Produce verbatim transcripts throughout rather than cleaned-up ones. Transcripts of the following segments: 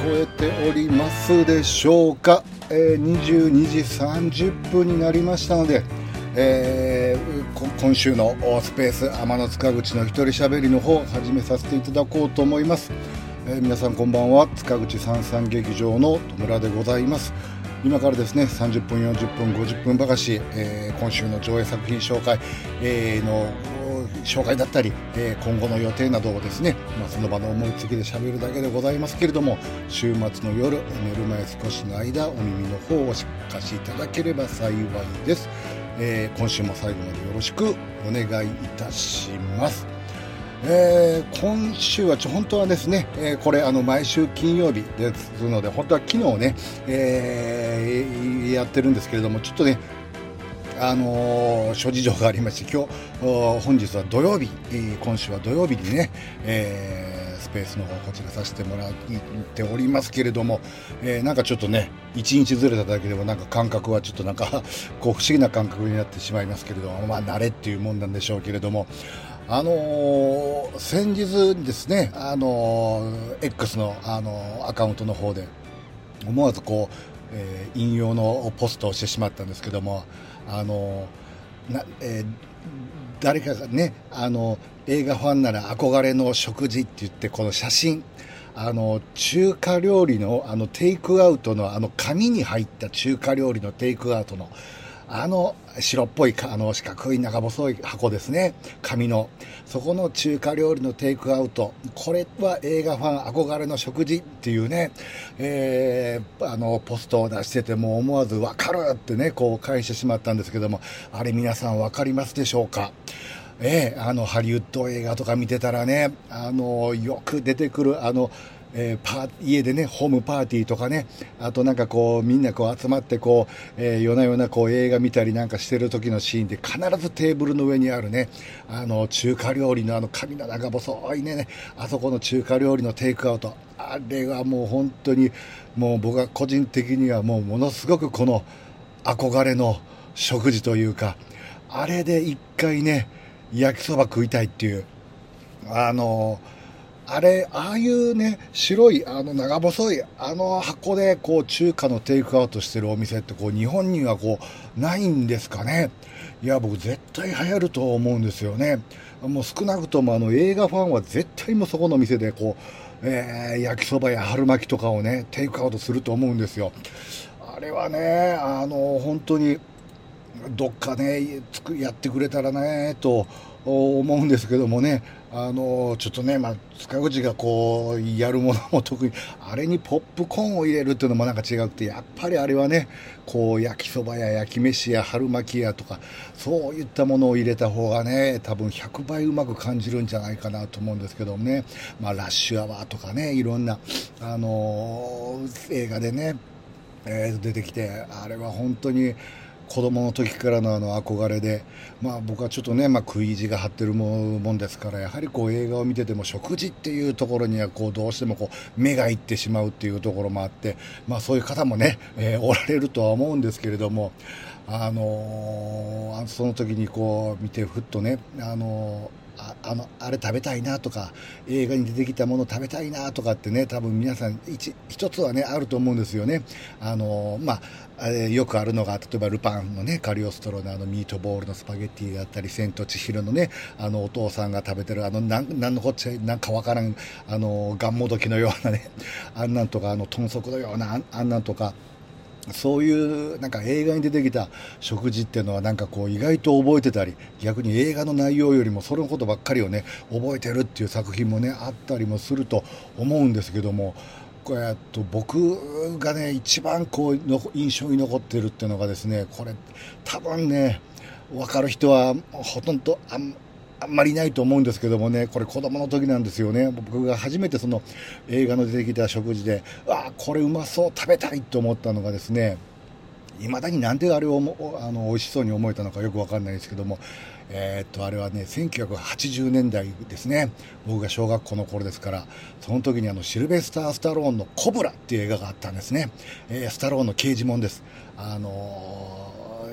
えておりますでしょうか。えー、にじゅうにじさんじゅっぷんになりましたので、えー、今週のスペース天野塚口の一人喋りの方を始めさせていただこうと思います。えー、皆さんこんばんは。塚口三三劇場の戸村でございます。今からですねさんじゅっぷんよんじゅっぷんごじゅっぷんばかし、えー、今週の上映作品紹介、えー、の紹介だったり、えー、今後の予定などをですね、まあ、その場の思いつきで喋るだけでございますけれども、週末の夜寝る前少しの間お耳の方をお貸しいただければ幸いです。えー、今週も最後までよろしくお願いいたします。えー、今週はちょ本当はですね、えー、これあの毎週金曜日ですので、本当は昨日ね、えー、やってるんですけれども、ちょっとねあのー、諸事情がありまして、今日本日は土曜日、えー、今週は土曜日にね、えー、スペースの方こちらさせてもらっておりますけれども、えー、なんかちょっとね一日ずれただけでもなんか感覚はちょっとなんかこう不思議な感覚になってしまいますけれども、まあ慣れっていうもんなんでしょうけれども、あのー、先日ですね、あのー、X の、あのー、アカウントの方で思わずこう、えー、引用のポストをしてしまったんですけども、あのな、えー、誰かがね、あの映画ファンなら憧れの食事って言って、この写真、あの中華料理のあのテイクアウトのあの紙に入った中華料理のテイクアウトのあの白っぽいあの四角い長細い箱ですね、紙の、そこの中華料理のテイクアウト、これは映画ファン憧れの食事っていうね、えー、あのポストを出してて、も思わず分かるってねこう返してしまったんですけども、あれ皆さん分かりますでしょうか。えー、あのハリウッド映画とか見てたらね、あのよく出てくるあのえー、パ家でねホームパーティーとかね、あとなんかこうみんなこう集まってこう、えー、夜な夜なこう映画見たりなんかしてる時のシーンで、必ずテーブルの上にあるね、あの中華料理のあの紙の長細いね、あそこの中華料理のテイクアウト、あれはもう本当にもう僕は個人的にはもうものすごくこの憧れの食事というか、あれで一回ね焼きそば食いたいっていう、あのあれ、ああいうね白いあの長細いあの箱でこう中華のテイクアウトしてるお店ってこう日本にはこうないんですかね。いや僕絶対流行ると思うんですよね。もう少なくともあの映画ファンは絶対もそこの店でこう、えー、焼きそばや春巻きとかをねテイクアウトすると思うんですよ。あれはねあの本当にどっかねやってくれたらねと思うんですけどもね、あのちょっとね、まあ、塚口がこうやるものも特にあれにポップコーンを入れるっていうのもなんか違くて、やっぱりあれはねこう焼きそばや焼き飯や春巻きやとかそういったものを入れた方がね多分ひゃくばいうまく感じるんじゃないかなと思うんですけどもね、まあ、ラッシュアワーとかねいろんな、あのー、映画でね、えー、出てきて、あれは本当に子供の時からのあの憧れで、まあ、僕はちょっとね、まあ、食い意地が張ってるもんですから、やはりこう映画を見てても食事っていうところにはこうどうしてもこう目がいってしまうっていうところもあって、まあ、そういう方もね、えー、おられるとは思うんですけれども、あのー、その時にこう見てふっとね、あのーああのあれ食べたいなとか、映画に出てきたもの食べたいなとかってね、多分皆さん一一つはねあると思うんですよね。あのまああれよくあるのが、例えばルパンのねカリオストロのあのミートボールのスパゲッティだったり、千と千尋のねあのお父さんが食べてるあのなんなんのこっちゃなんかわからんあのガンモドキのようなねあんなんとか、あの豚足のようなあんあんなんとか、そういうなんか映画に出てきた食事っていうのはなんかこう意外と覚えてたり、逆に映画の内容よりもそのことばっかりをね覚えてるっていう作品もねあったりもすると思うんですけども、これと僕がね一番こうの印象に残ってるっていうのがですね、これ多分ね分かる人はほとんどあんあんまりいないと思うんですけどもね、これ子供の時なんですよね。僕が初めてその映画の出てきた食事で、ああこれうまそう食べたいと思ったのがですね、いまだになんであれをあの美味しそうに思えたのかよくわかんないですけども、えー、っとあれはねせんきゅうひゃくはちじゅうねんだいですね。僕が小学校の頃ですから、その時にあのシルベスター・スタローンのコブラっていう映画があったんですね。えー、スタローンの刑事もんです。あのー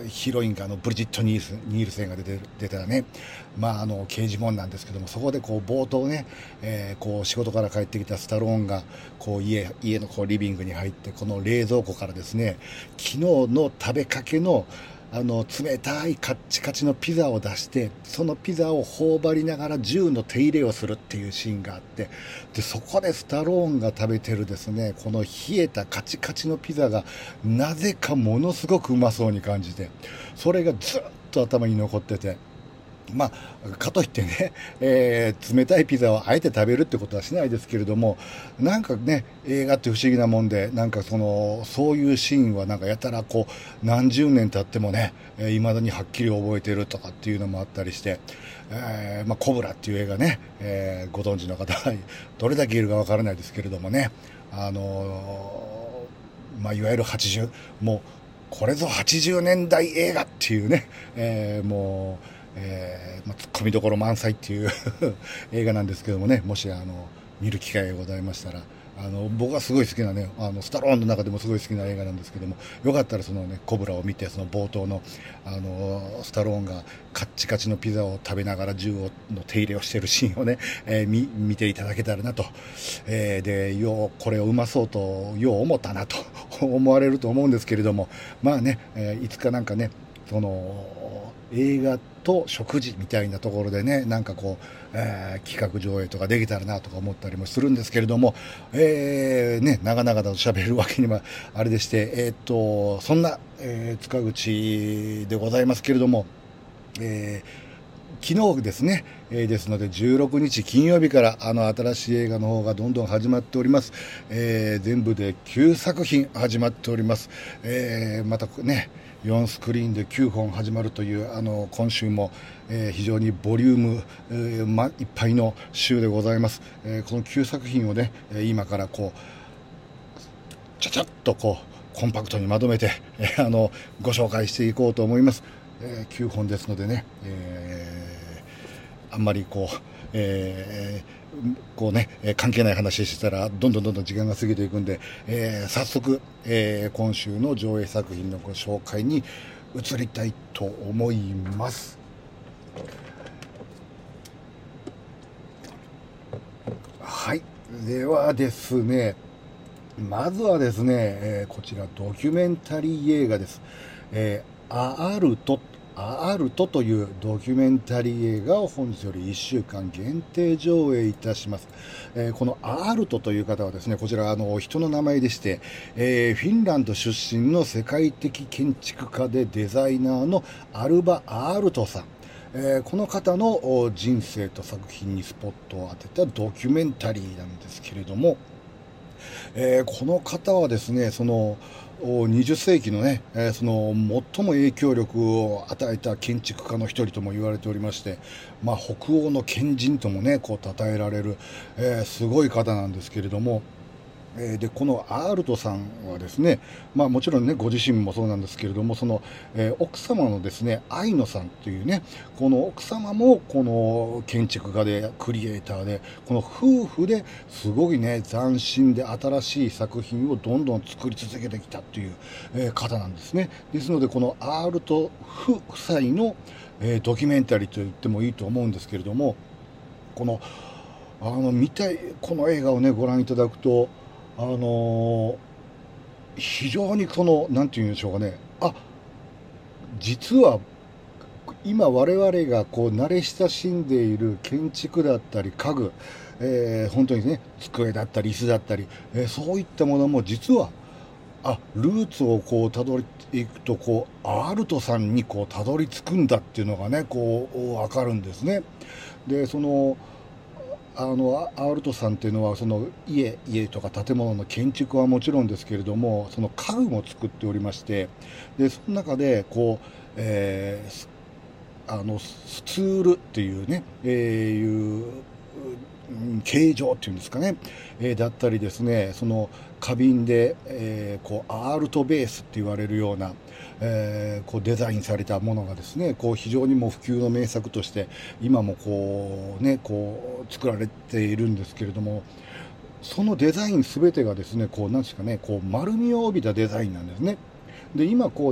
ヒロインがあのブリジット・ニールスニールセンが出て出たね、まあ、あの刑事もんなんですけども、そこでこう冒頭ね、えー、こう仕事から帰ってきたスタローンがこう 家, 家のこうリビングに入って、この冷蔵庫からですね、昨日の食べかけのあの冷たいカッチカチのピザを出して、そのピザを頬張りながら銃の手入れをするっていうシーンがあって、でそこでスタローンが食べてるですね、この冷えたカチカチのピザがなぜかものすごくうまそうに感じて、それがずっと頭に残ってて、まあ、かといってね、えー、冷たいピザをあえて食べるってことはしないですけれども、なんかね、映画って不思議なもんで、なんかそのそういうシーンはなんかやたらこう何十年経ってもね、えー、未だにはっきり覚えてるとかっていうのもあったりして、えーまあ、コブラっていう映画ね、えー、ご存知の方はどれだけいるかわからないですけれどもね、あのーまあ、いわゆるはちじゅう、もうこれぞはちじゅうねんだい映画っていうね、えー、もうえーまあ、ツッコミどころ満載っていう映画なんですけどもね、もしあの見る機会がございましたら、あの僕がすごい好きなね、あのスタローンの中でもすごい好きな映画なんですけども、よかったらそのねコブラを見て、その冒頭のあのスタローンがカッチカチのピザを食べながら銃をの手入れをしているシーンをね、えー、見, 見ていただけたらなと、えー、でようこれをうまそうとよう思ったなと思われると思うんですけれども、まあね、えー、いつかなんかね、その映画と食事みたいなところでね、なんかこう、えー、企画上映とかできたらなとか思ったりもするんですけれども、えー、ね、長々と喋るわけにはあれでして、えー、っとそんな、えー、塚口でございますけれども、えー、昨日ですね、えー、ですのでじゅうろくにち金曜日からあの新しい映画の方がどんどん始まっております。えー、全部できゅうさくひん始まっております。えー、またねよんスクリーンできゅうほん始まるというあの今週も、えー、非常にボリューム、えーま、いっぱいの週でございます。えー、このきゅうさくひんをね今からこうちゃちゃっとこうコンパクトにまとめて、えー、あのご紹介していこうと思います。えー、きゅうほんですのでね、えー、あんまりこう、えーこうね、関係ない話したらどんどんどんどん時間が過ぎていくんで、えー、早速、えー、今週の上映作品のご紹介に移りたいと思います。はい、ではですね、まずはですね、えー、こちらドキュメンタリー映画です。えー、アールトアールトというドキュメンタリー映画を本日よりいっしゅうかん限定上映いたします。えー、このアールトという方はですね、こちらあの人の名前でして、えー、フィンランド出身の世界的建築家でデザイナーのアルバ・アールトさん。えー、この方の人生と作品にスポットを当てたドキュメンタリーなんですけれども、えー、この方はですね、そのにじゅっせいきのね、えー、その最も影響力を与えた建築家の一人とも言われておりまして、まあ、北欧の賢人ともねこう称えられる、えー、すごい方なんですけれども、えー、でこのアールトさんはですね、まあ、もちろんねご自身もそうなんですけれども、その、えー、奥様のですねアイノさんというね、この奥様もこの建築家でクリエイターで、この夫婦ですごいね斬新で新しい作品をどんどん作り続けてきたという、えー、方なんですね。ですのでこのアールト夫妻の、えー、ドキュメンタリーと言ってもいいと思うんですけれども、このあの見たいこの映画をねご覧いただくと、あのー、非常にそのなんていうんでしょうかね、あ、実は今我々がこう慣れ親しんでいる建築だったり家具、えー、本当にね机だったり椅子だったり、えー、そういったものも実はあルーツをこうたどりいくとこうアールトさんにこうたどり着くんだっていうのがねこう分かるんですね。でそのあのアールトさんっていうのはその家家とか建物の建築はもちろんですけれども、その家具も作っておりまして、でその中でこう、えー、あのスツールっていうね、えー、いう形状っていうんですかね、えー、だったりですね、その花瓶で、えー、こうアールトベースって言われるような、えー、こうデザインされたものがですね、こう非常にもう普及の名作として今もこうねこう作られているんですけれども、そのデザイン全てがですねこうなんですかねこう丸みを帯びたデザインなんですね。で今こうね、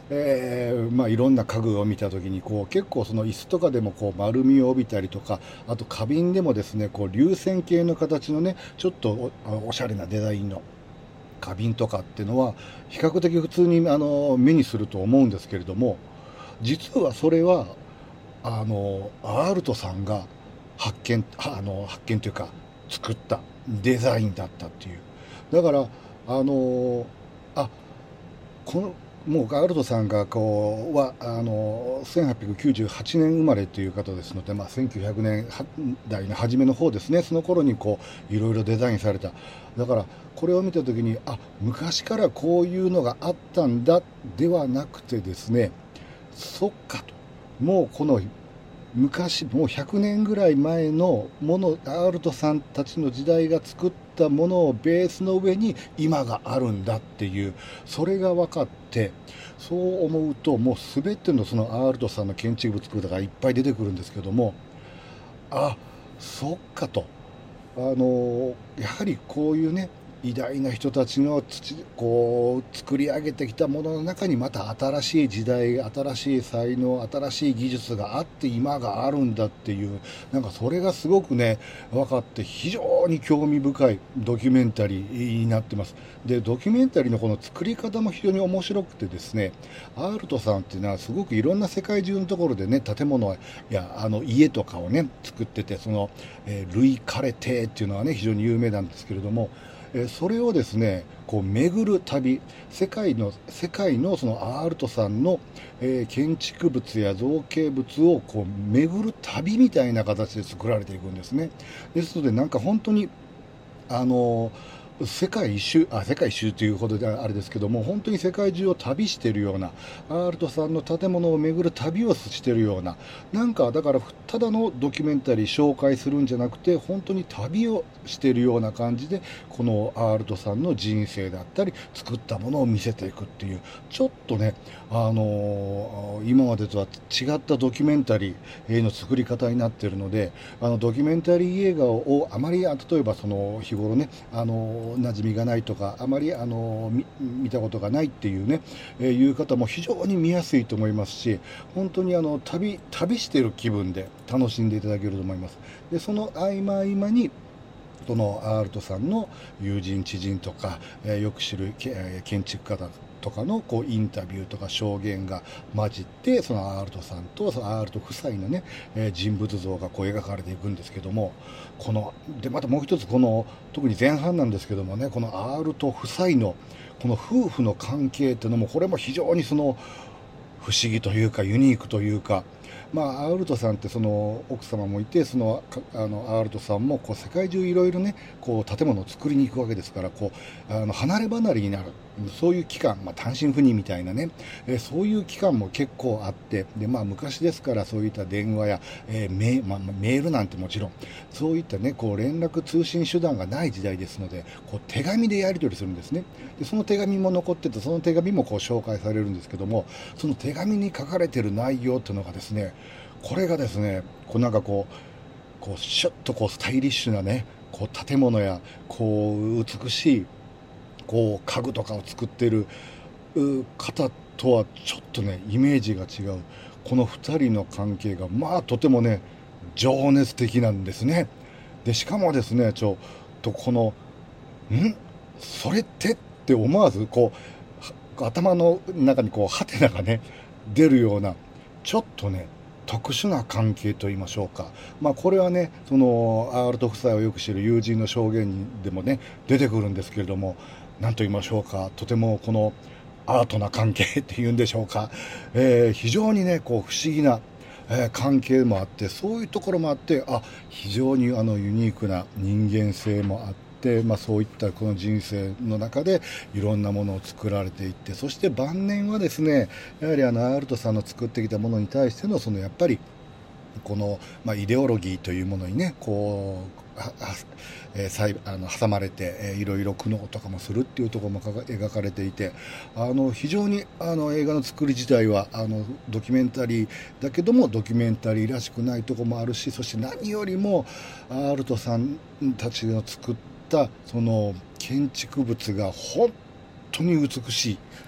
えーまあ、いろんな家具を見た時にこう結構その椅子とかでもこう丸みを帯びたりとか、あと花瓶でもですねこう流線形の形のねちょっと お, おしゃれなデザインの花瓶とかっていうのは比較的普通にあの目にすると思うんですけれども、実はそれはあのアールトさんが発見あの発見というか作ったデザインだったっていう。だからあのあこのもうガールドさんがこうはあのせんはっぴゃくきゅうじゅうはちねん生まれという方ですので、まあ、せんきゅうひゃくねんだいの初めの方ですね。その頃にこういろいろデザインされた。だからこれを見た時にあ昔からこういうのがあったんだではなくてですね、そっかと、もうこの昔もうひゃくねんぐらい前のもの、アールトさんたちの時代が作ったものをベースの上に今があるんだっていう、それが分かって、そう思うともう全てのそのアールトさんの建築物がいっぱい出てくるんですけども、あそっかと、あのやはりこういうね偉大な人たちの土こう作り上げてきたものの中にまた新しい時代、新しい才能、新しい技術があって今があるんだっていう、なんかそれがすごくね分かって非常に興味深いドキュメンタリーになってます。でドキュメンタリーのこの作り方も非常に面白くてですね、アールトさんっていうのはすごくいろんな世界中のところでね建物やあの家とかをね作ってて、その、えールイ・カレ邸っていうのはね非常に有名なんですけれども、それをですねこう巡る旅、世界の世界のそのアールトさんの、えー建築物や造形物をこう巡る旅みたいな形で作られていくんですね。ですのでなんか本当にあの世界一周あ世界一周というほどであれですけども、本当に世界中を旅しているような、アールトさんの建物を巡る旅をしているような、なんかだからただのドキュメンタリー紹介するんじゃなくて本当に旅をしているような感じで、このアールトさんの人生だったり作ったものを見せていくっていう、ちょっとねあのー今までとは違ったドキュメンタリーの作り方になっているので、あのドキュメンタリー映画をあまり例えばその日頃ねあの馴染みがないとか、あまりあの 見, 見たことがないっていうね、えーいう方も非常に見やすいと思いますし、本当にあの旅旅している気分で楽しんでいただけると思います。でその合間合間にそのアールトさんの友人知人とか、えーよく知るけ、えー建築家とかのこうインタビューとか証言が混じって、そのアールトさんとそのアールト夫妻のね、えー人物像がこう描かれていくんですけども、このでまたもう一つこの特に前半なんですけどもね、このアールト夫妻のこの夫婦の関係っていうのもこれも非常にその不思議というかユニークというか、まあ、アールトさんってその奥様もいて、そのあのアールトさんもこう世界中いろいろねこう建物を作りに行くわけですから、こうあの離れ離れになる、そういう期間、まあ、単身赴任みたいなね、えーそういう期間も結構あって、で、まあ、昔ですからそういった電話や、えーメまあ、メールなんてもちろんそういったねこう連絡通信手段がない時代ですので、こう手紙でやり取りするんですね。でその手紙も残ってて、その手紙もこう紹介されるんですけども、その手紙に書かれてる内容っていうのがですね、これがですねこうなんかこうこうシュッとこうスタイリッシュなねこう建物やこう美しいこう家具とかを作っているう方とはちょっとねイメージが違う、このふたりの関係がまあとてもね情熱的なんですね。でしかもですねちょっとこのんそれってって思わずこう頭の中にこうハテナがね出るような、ちょっとね特殊な関係と言いましょうか。まあこれはねそのアールト夫妻をよく知る友人の証言でもね出てくるんですけれども、何と言いましょうか、とてもこのアートな関係っていうんでしょうか、えー非常にねこう不思議な、えー関係もあって、そういうところもあって、あ非常にあのユニークな人間性もあって、まあ、そういったこの人生の中でいろんなものを作られていって、そして晩年はですねやはりあのアールトさんの作ってきたものに対してのそのやっぱりこの、まあ、イデオロギーというものにねこうははえーさいあの挟まれて、えーいろいろ苦悩とかもするっていうところもかが描かれていて、あの非常にあの映画の作り自体はあのドキュメンタリーだけどもドキュメンタリーらしくないところもあるし、そして何よりもアールトさんたちの作ったその建築物が本当に美しい。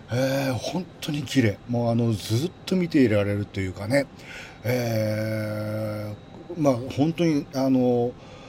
えー、本当に綺麗。もうあのずっと見ていられるというかね、えー、まあ本当にあの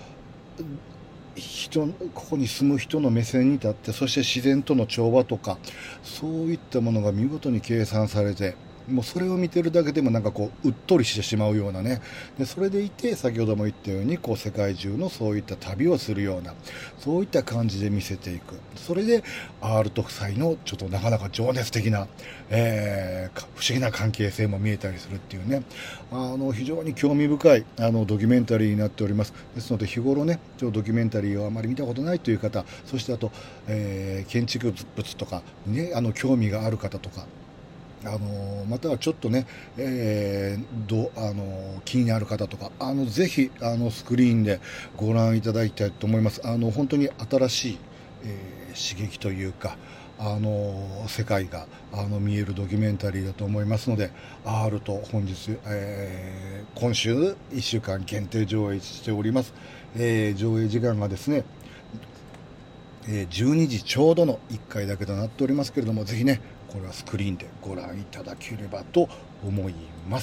人、ここに住む人の目線に立って、そして自然との調和とか、そういったものが見事に計算されて、もうそれを見てるだけでもなんかこううっとりしてしまうようなね。でそれでいて、先ほども言ったようにこう世界中のそういった旅をするような、そういった感じで見せていく。それでアールと夫妻のちょっとなかなか情熱的な、えー、不思議な関係性も見えたりするっていうね、あの非常に興味深いあのドキュメンタリーになっております。ですので日頃ね、ちょっとドキュメンタリーをあまり見たことないという方、そしてあと、えー、建築物とかね、あの興味がある方とか、あのまたはちょっとね、えー、どあの気になる方とか、あのぜひあのスクリーンでご覧いただきたいと思います。あの本当に新しい、えー、刺激というか、あの世界があの見えるドキュメンタリーだと思いますので、 R と本日、えー、今週いっしゅうかん限定上映しております。えー、上映時間がですね、えー、じゅうにじちょうどのいっかいだけとなっておりますけれども、ぜひねこれはスクリーンでご覧いただければと思います。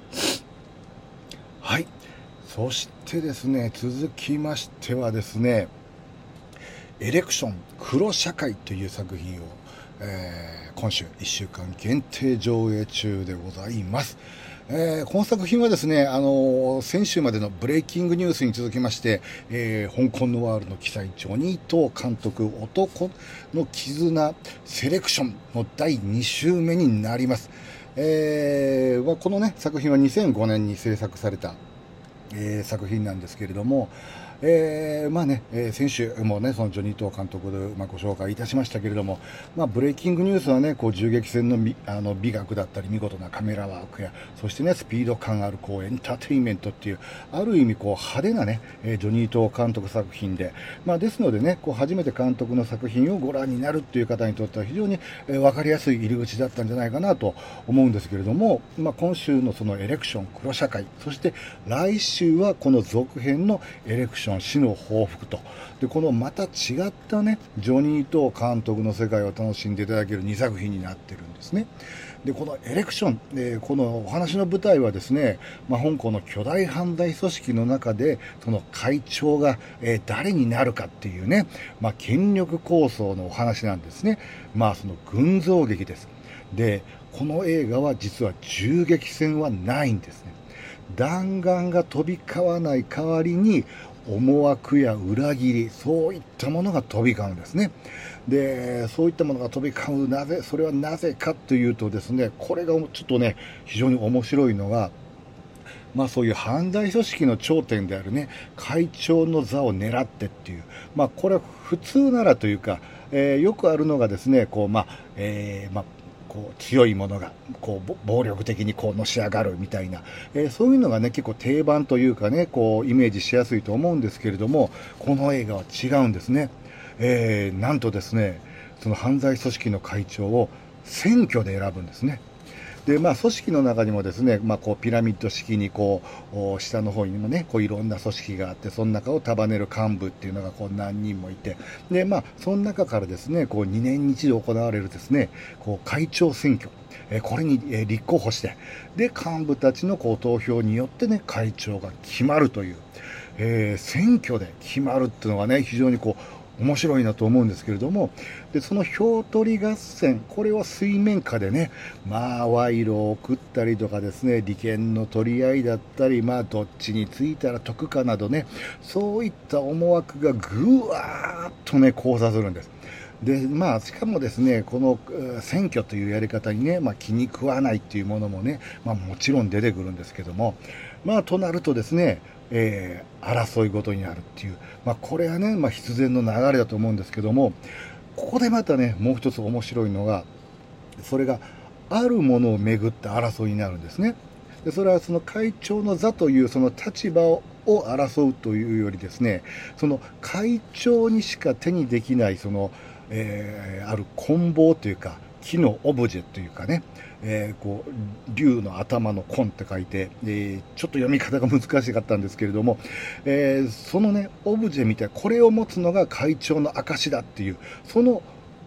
はい。そしてですね、続きましてはですね、エレクション黒社会という作品を、えー、今週いっしゅうかん限定上映中でございます。えー、この作品はですね、あのー、先週までのブレイキングニュースに続きまして、えー、香港ノワールの記載ジョニー・トー監督男の絆セレクションのだいに週目になります。えー、このね作品はにせんごねんに制作された、えー、作品なんですけれども、えー、まあね、えー、先週もね、そのジョニー・トー監督で、まあ、ご紹介いたしましたけれども、まあ、ブレイキングニュースはね、こう銃撃戦の美、あの美学だったり、見事なカメラワークや、そしてね、スピード感あるこうエンターテインメントっていう、ある意味こう派手なね、えー、ジョニー・トー監督作品で、まあ、ですのでね、こう初めて監督の作品をご覧になるっていう方にとっては非常に、えー、分かりやすい入り口だったんじゃないかなと思うんですけれども、まあ、今週のそのエレクション黒社会、そして来週はこの続編のエレクション死の報復と、でこのまた違ったねジョニー・トー監督の世界を楽しんでいただけるにさく品になってるんですね。でこのエレクション、えー、このお話の舞台はですね、まあ、香港の巨大犯罪組織の中でその会長が、えー、誰になるかっていうね、まあ、権力構想のお話なんですね。まあその群像劇です。でこの映画は実は銃撃戦はないんですね。弾丸が飛び交わない代わりに思惑や裏切り、そういったものが飛び交うんですね。でそういったものが飛び交う、なぜそれはなぜかというとですね、これがちょっとね非常に面白いのが、まあそういう犯罪組織の頂点であるね会長の座を狙ってっていう、まあこれは普通ならというか、えー、よくあるのがですね、こうまあ、えー、まあこう強いものがこう暴力的にこうのし上がるみたいな、えー、そういうのがね結構定番というかね、こうイメージしやすいと思うんですけれども、この映画は違うんですね。えー、なんとですね、その犯罪組織の会長を選挙で選ぶんですね。でまあ、組織の中にもですね、まあ、こうピラミッド式にこう下の方にもねこういろんな組織があって、その中を束ねる幹部っていうのがこう何人もいて、でまあその中からですねこうにねんに一度行われるですねこう会長選挙、えこれに立候補して、で幹部たちのこう投票によってね会長が決まるという、えー、選挙で決まるっていうのがね非常にこう面白いなと思うんですけれども、でその票取り合戦、これは水面下でね、まあ賄賂を送ったりとかですね、利権の取り合いだったり、まあどっちについたら得かなどね、そういった思惑がぐわーっとね交差するんです。でまあ、しかもですねこの選挙というやり方にね、まあ、気に食わないっていうものもね、まあ、もちろん出てくるんですけども、まあとなるとですね、えー、争いごとになるっていう、まあ、これはね、まあ、必然の流れだと思うんですけども、ここでまたねもう一つ面白いのが、それがあるものをめぐった争いになるんですね。でそれはその会長の座というその立場をを争うというよりですね、その会長にしか手にできないその、えー、ある棍棒というか木のオブジェというかね、えー、こう竜の頭の根って書いて、えー、ちょっと読み方が難しかったんですけれども、えー、そのねオブジェみたいなこれを持つのが会長の証だっていう、その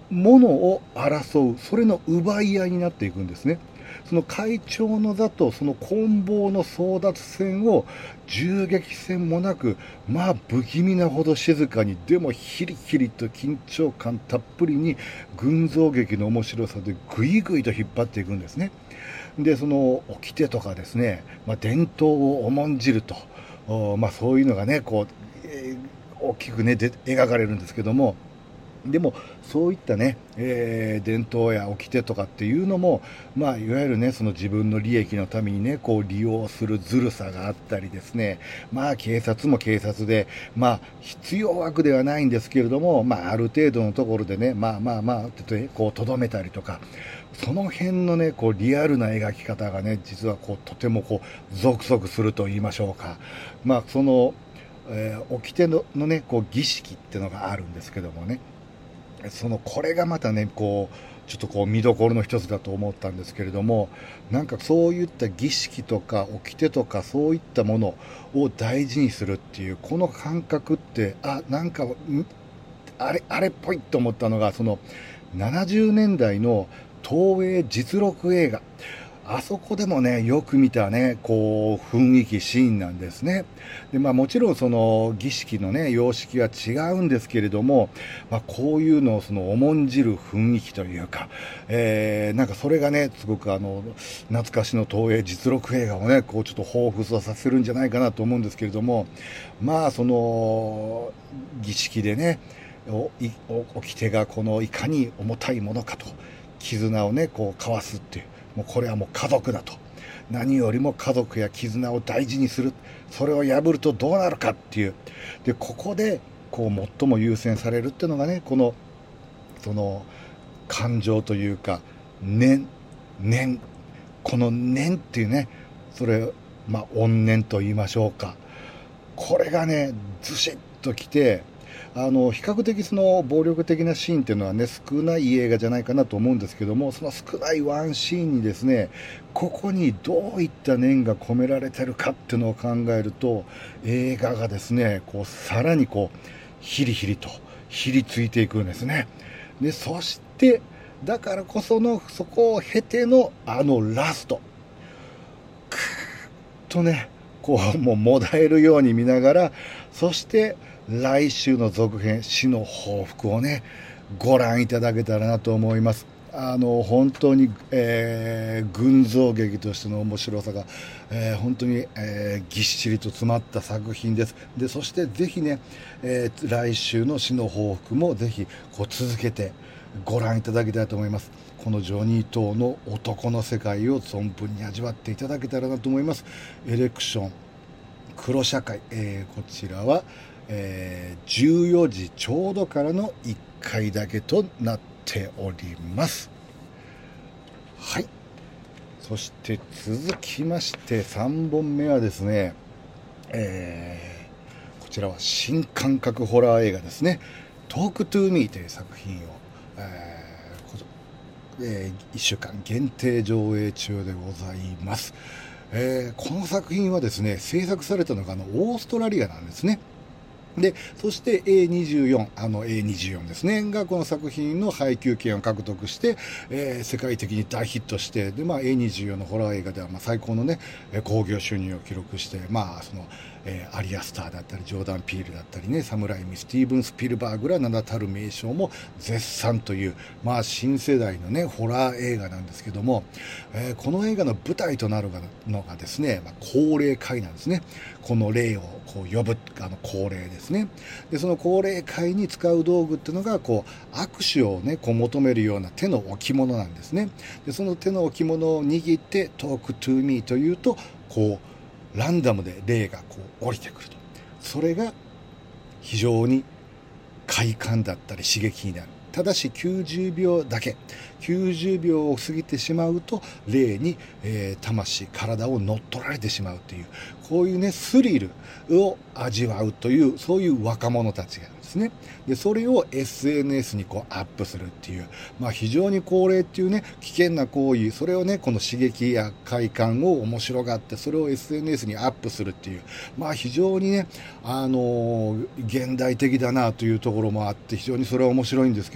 ものを争う、それの奪い合いになっていくんですね。その会長の座とその棍棒の争奪戦を銃撃戦もなく、まあ不気味なほど静かに、でもヒリヒリと緊張感たっぷりに群像劇の面白さでぐいぐいと引っ張っていくんですね。でその掟とかですね、まあ、伝統を重んじると、まあ、そういうのがねこう、えー、大きくねで描かれるんですけども、でもそういったね、えー、伝統や掟とかっていうのも、まあ、いわゆるねその自分の利益のためにねこう利用するずるさがあったりですね、まあ警察も警察で、まあ必要悪ではないんですけれども、まあある程度のところでね、まあまあまあってこうとどめたりとか、その辺のねこうリアルな描き方がね実はこうとてもこうゾクゾクすると言いましょうか。まあその、えー、掟ののねこう儀式っていうのがあるんですけどもね、そのこれがまたねこうちょっとこう見どころの一つだと思ったんですけれども、なんかそういった儀式とか掟とかそういったものを大事にするっていうこの感覚って、あなんかあれあれっぽいと思ったのが、そのななじゅうねんだいの東映実録映画、あそこでもねよく見たねこう雰囲気シーンなんですね。でまあもちろんその儀式のね様式は違うんですけれども、まあ、こういうのをその重んじる雰囲気というか、えー、なんかそれがねすごくあの懐かしの東映実録映画をねこうちょっと彷彿とさせるんじゃないかなと思うんですけれども、まあその儀式でねおいお掟がこのいかに重たいものかと絆をねこう交わすっていう、もうこれはもう家族だと、何よりも家族や絆を大事にする、それを破るとどうなるかっていう、でここでこう最も優先されるっていうのがねこのその感情というか念念この念っていうね、それまあ怨念と言いましょうか、これがねずしっときて、あの比較的その暴力的なシーンっていうのはね少ない映画じゃないかなと思うんですけども、その少ないワンシーンにですねここにどういった念が込められてるかっていうのを考えると、映画がですねこうさらにこうヒリヒリとひりついていくんですね。でそしてだからこそのそこを経てのあのラスト、クーッとねこうもうもだえるように見ながら、そして来週の続編死の報復をねご覧いただけたらなと思います。あの本当に、えー、群像劇としての面白さが、えー、本当に、えー、ぎっしりと詰まった作品です。でそしてぜひね、えー、来週の死の報復もぜひこう続けてご覧いただきたいと思います。このジョニー・トーの男の世界を存分に味わっていただけたらなと思います。エレクション黒社会、えー、こちらはえー、じゅうよじちょうどからのいっかいだけとなっております。はい、そして続きましてさんぼんめはですね、えー、こちらは新感覚ホラー映画ですね。Talk to Me という作品を、えーえー、いっしゅうかん限定上映中でございます。えー、この作品はですね制作されたのがあのオーストラリアなんですね。でそして エーにじゅうよん あの エーにじゅうよん ですねがこの作品の配給権を獲得して、えー、世界的に大ヒットして、で、まあ、エーにじゅうよん のホラー映画ではまあ最高のね興行収入を記録して、まあそのえー、アリアスターだったりジョーダン・ピールだったりね、サムライミスティーブン・スピルバーグら名だたる名称も絶賛という、まあ、新世代のねホラー映画なんですけども、えー、この映画の舞台となるのがですね、まあ、高齢会なんですね。この霊をこう呼ぶあの高齢ですね。でその高齢会に使う道具っていうのがこう握手をねこう求めるような手の置物なんですね。でその手の置物を握って「Talk to me」というとこうランダムで霊がこう降りてくると、それが非常に快感だったり刺激になる。ただしきゅうじゅうびょうだけ、きゅうじゅうびょうを過ぎてしまうと霊に、えー、魂体を乗っ取られてしまうという、こういうねスリルを味わうという、そういう若者たちがいるんですね。でそれを エスエヌエス にこうアップするっていう、まあ、非常に高齢っていうね危険な行為、それをねこの刺激や快感を面白がってそれを エスエヌエス にアップするっていう、まあ非常にねあのー、現代的だなというところもあって非常にそれは面白いんですけ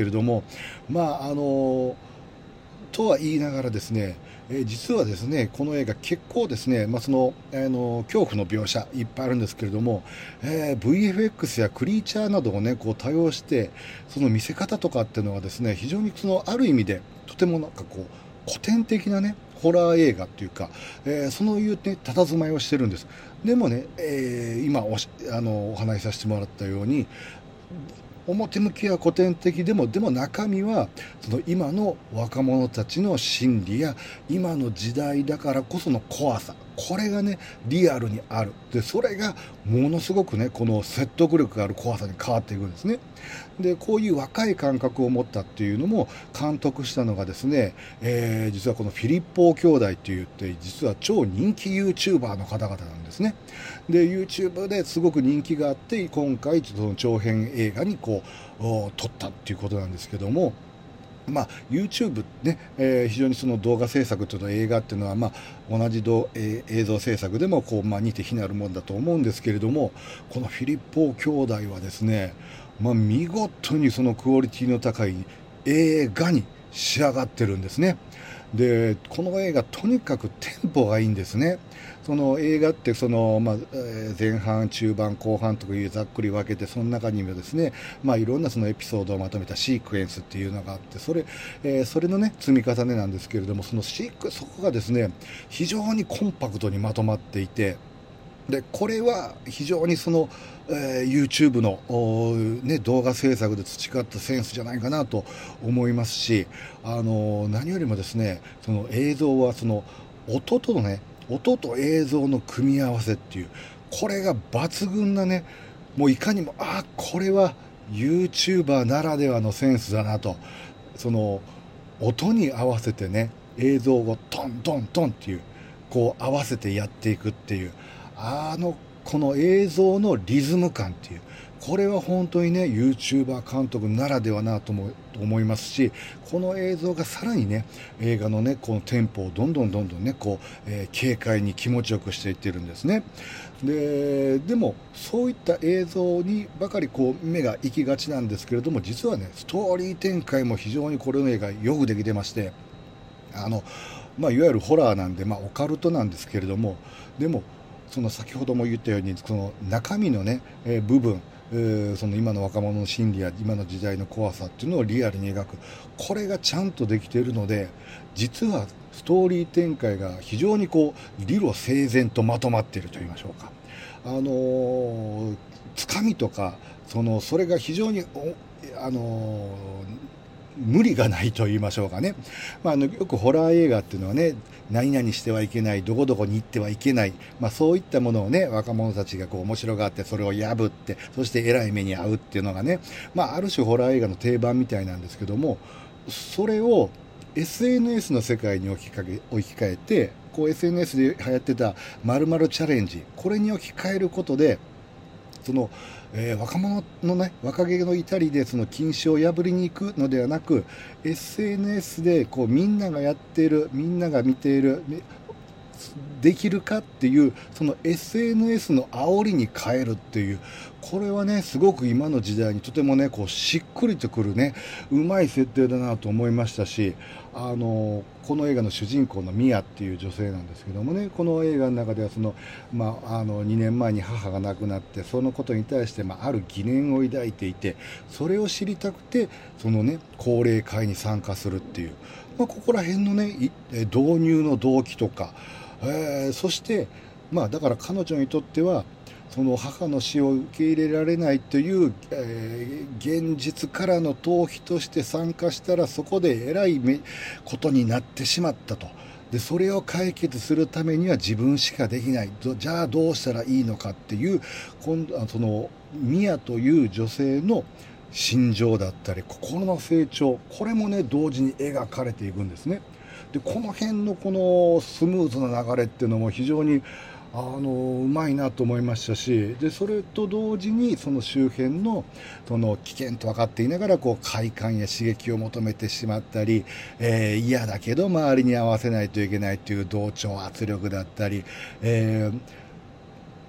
けれども、まああのとは言いながらですね、えー実はですね、この映画結構ですね、まあ、その、あの恐怖の描写いっぱいあるんですけれども、えー ブイエフエックス やクリーチャーなどをね、こう多用して、その見せ方とかっていうのはですね、非常にそのある意味でとてもなんかこう古典的なね、ホラー映画っていうか、えー、そのいうね、佇まいをしてるんです。でもね、えー今おしあのお話しさせてもらったように、表向きは古典的でも、でも中身はその今の若者たちの心理や今の時代だからこその怖さ、これがねリアルにある。でそれがものすごくね、この説得力がある怖さに変わっていくんですね。でこういう若い感覚を持ったっていうのも監督したのがですね、えー実はこのフィリッポー兄弟って言って、実は超人気 YouTuber の方々なんですね。で YouTube ですごく人気があって、今回ちょっとその長編映画にこうお撮ったっていうことなんですけども、まあ、YouTube ね、えー非常にその動画制作というの映画っていうのは、まあ、同じど、えー映像制作でもこう、まあ、似て非なるもんだと思うんですけれども、このフィリッポー兄弟はですね、まあ、見事にそのクオリティの高い映画に仕上がってるんですね。でこの映画とにかくテンポがいいんですね。その映画ってその、まあえー前半中盤後半というざっくり分けて、その中にもですね、まあ、いろんなそのエピソードをまとめたシークエンスっていうのがあって、それ、えーそれのね積み重ねなんですけれども、そのシークそこがですね非常にコンパクトにまとまっていて、でこれは非常にその、えー YouTube の、おーね、動画制作で培ったセンスじゃないかなと思いますし、あのー何よりもですね、その映像はその音とのね、音と映像の組み合わせっていう、これが抜群なね、もういかにも、あ、これは YouTuber ならではのセンスだなと、その音に合わせてね、映像をトントントンっていう、こう合わせてやっていくっていう、あのこの映像のリズム感っていう、これは本当にね YouTuber 監督ならではなと思と思いますし、この映像がさらにね映画のねこのテンポをどんどんどんどんねこう、えー軽快に気持ちよくしていってるんですね。ででもそういった映像にばかりこう目が行きがちなんですけれども、実はねストーリー展開も非常にこれの映画よくできてまして、あの、まあ、いわゆるホラーなんで、まあ、オカルトなんですけれども、でもその先ほども言ったようにその中身のね、えー部分、えーその今の若者の心理や今の時代の怖さっていうのをリアルに描く、これがちゃんとできているので、実はストーリー展開が非常にこう理路整然とまとまっていると言いましょうか。あのーつかみとかそのそれが非常におあのー無理がないと言いましょうかね。まあ、あのよくホラー映画っていうのはね、何々してはいけない、どこどこに行ってはいけない、まあ、そういったものをね若者たちがこう面白がって、それを破って、そしてえらい目に遭うっていうのがね、まあ、ある種ホラー映画の定番みたいなんですけども、それを エスエヌエス の世界に置きかけ置き換えて、こう エスエヌエス で流行ってた〇〇チャレンジ、これに置き換えることで、その、えー若者のね若気の至りでその禁止を破りに行くのではなく、 エスエヌエス でこうみんながやっている、みんなが見ているみできるかっていう、その エスエヌエス の煽りに変えるっていう、これはねすごく今の時代にとてもねこうしっくりとくるねうまい設定だなと思いましたし、あのこの映画の主人公のミアっていう女性なんですけどもね、この映画の中ではその、まあ、あのにねんまえに母が亡くなって、そのことに対して、まあ、ある疑念を抱いていて、それを知りたくてそのね高齢会に参加するっていう、まあ、ここら辺のねいえ導入の動機とか、えーそしてまあだから彼女にとってはその母の死を受け入れられないという、えー現実からの逃避として参加したら、そこでえらいめことになってしまったと。でそれを解決するためには自分しかできない、どじゃあどうしたらいいのかっていう、今度はそのミアという女性の心情だったり心の成長、これもね同時に描かれていくんですね。でこの辺のこのスムーズな流れっていうのも非常にあのうまいなと思いましたし、でそれと同時にその周辺のその危険と分かっていながらこう快感や刺激を求めてしまったり、えー嫌だけど周りに合わせないといけないという同調圧力だったり、えー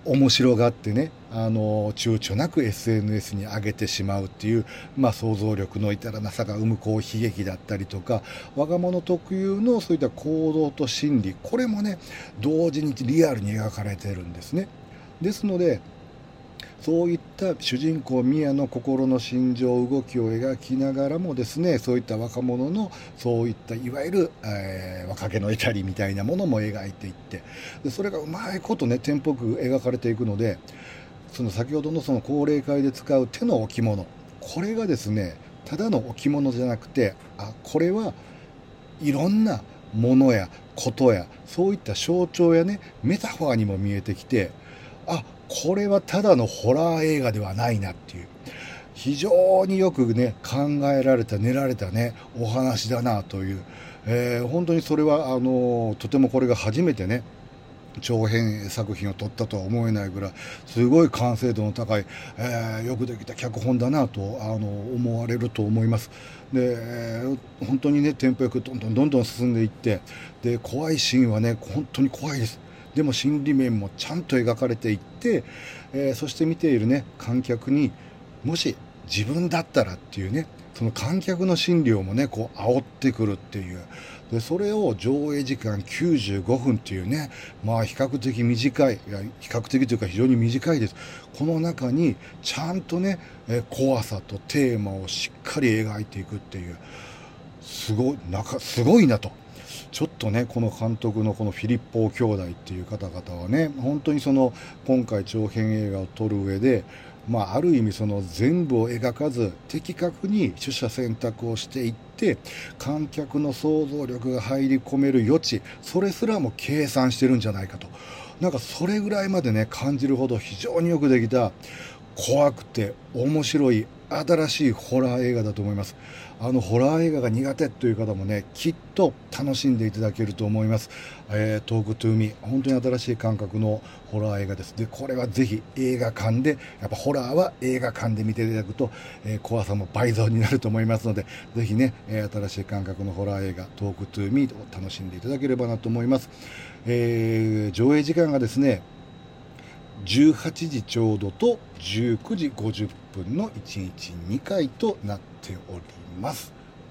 面白がってね、あの躊躇なく エスエヌエス に上げてしまうっていう、まあ、想像力の至らなさが生むこう悲劇だったりとか、若者特有のそういった行動と心理、これもね同時にリアルに描かれてるんですね。ですのでそういった主人公ミヤの心の心情動きを描きながらもですね、そういった若者のそういったいわゆる、えー、若気の至りみたいなものも描いていって、でそれがうまいことねテンポよく描かれていくので、その先ほどのその高齢会で使う手の置物、これがですねただの置物じゃなくて、あこれはいろんなものやことやそういった象徴やねメタファーにも見えてきて、あこれはただのホラー映画ではないなっていう、非常によくね考えられた練られたねお話だなという、えー、本当にそれはあのとてもこれが初めてね長編作品を撮ったとは思えないぐらいすごい完成度の高い、えー、よくできた脚本だなとあの思われると思います。で、えー、本当にねテンポよくどんどんどんどん進んでいって、で怖いシーンはね本当に怖いです。でも心理面もちゃんと描かれていって、えー、そして見ているね観客にもし自分だったらっていうね、その観客の心理をもねこう煽ってくるっていう、でそれを上映時間きゅうじゅうごふんっていうね、まあ比較的短い、いや比較的というか非常に短いです。この中にちゃんとね、えー、怖さとテーマをしっかり描いていくっていう、すごいなんかすごいなと。ちょっとねこの監督のこのフィリッポー兄弟っていう方々はね、本当にその今回長編映画を撮る上で、まあ、ある意味その全部を描かず的確に取捨選択をしていって、観客の想像力が入り込める余地、それすらも計算してるんじゃないかと、なんかそれぐらいまでね感じるほど非常によくできた怖くて面白い新しいホラー映画だと思います。あのホラー映画が苦手という方もねきっと楽しんでいただけると思います。えー、トークトゥーミー、本当に新しい感覚のホラー映画です。でこれはぜひ映画館で、やっぱホラーは映画館で見ていただくと、えー、怖さも倍増になると思いますので、ぜひね、えー、新しい感覚のホラー映画トークトゥーミーを楽しんでいただければなと思います。えー、上映時間がですねじゅうはちじちょうどとじゅうくじごじゅっぷんのいちにちにかいとなっております。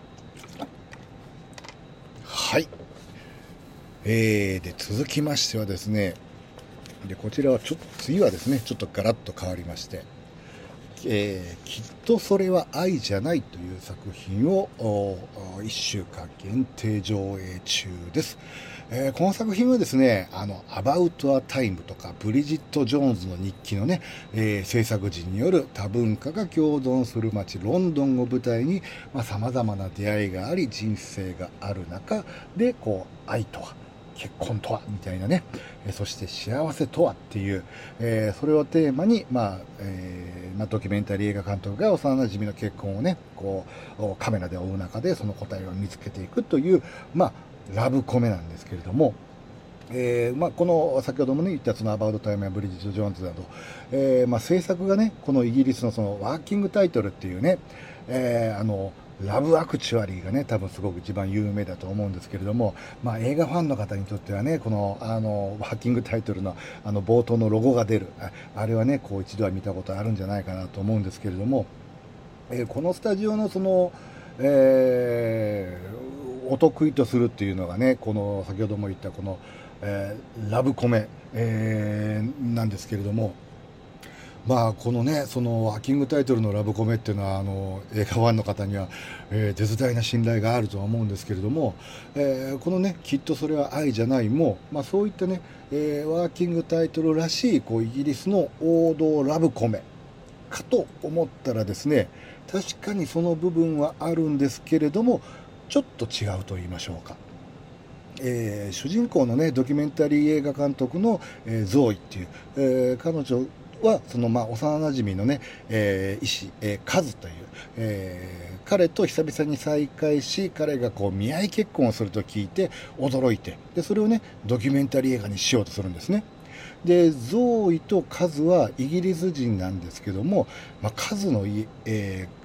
はい、えー、で続きましてはですね、でこちらはちょっと次はですねちょっとガラッと変わりまして、えー、きっとそれは愛じゃないという作品をいっしゅうかん限定上映中です。えー、この作品はですね、あの、アバウト・ア・タイムとか、ブリジット・ジョーンズの日記のね、えー、制作陣による多文化が共存する街、ロンドンを舞台に、まあ、様々な出会いがあり、人生がある中で、こう、愛とは、結婚とは、みたいなね、えー、そして幸せとはっていう、えー、それをテーマに、まあ、えー、まあ、ドキュメンタリー映画監督が幼馴染の結婚をね、こう、カメラで追う中で、その答えを見つけていくという、まあ、ラブコメなんですけれども、えーまあ、この先ほども、ね、言ったそのアバウトタイムやブリジット・ジョーンズなど、えーまあ、制作がねこのイギリスのそのワーキングタイトルっていうね、えー、あのラブアクチュアリーがね多分すごく一番有名だと思うんですけれども、まあ、映画ファンの方にとってはねこのあのワーキングタイトルのあの冒頭のロゴが出る あ, あれはねこう一度は見たことあるんじゃないかなと思うんですけれども、えー、このスタジオのその、えーお得意とするっていうのがねこの先ほども言ったこの、えー、ラブコメ、えー、なんですけれども、まあこのねそのワーキングタイトルのラブコメっていうのはあの映画ファンの方には、えー、絶大な信頼があるとは思うんですけれども、えー、このねきっとそれは愛じゃないも、まあ、そういったね、えー、ワーキングタイトルらしいこうイギリスの王道ラブコメかと思ったらですね、確かにその部分はあるんですけれどもちょっと違うと言いましょうか。えー、主人公のねドキュメンタリー映画監督の、えー、ゾーイっていう、えー、彼女はそのまあ幼なじみのね、えー、医師、えー、カズという、えー、彼と久々に再会し、彼がこう見合い結婚をすると聞いて驚いて、でそれをねドキュメンタリー映画にしようとするんですね。でゾーイとカズはイギリス人なんですけども、まあ、カズのい、えー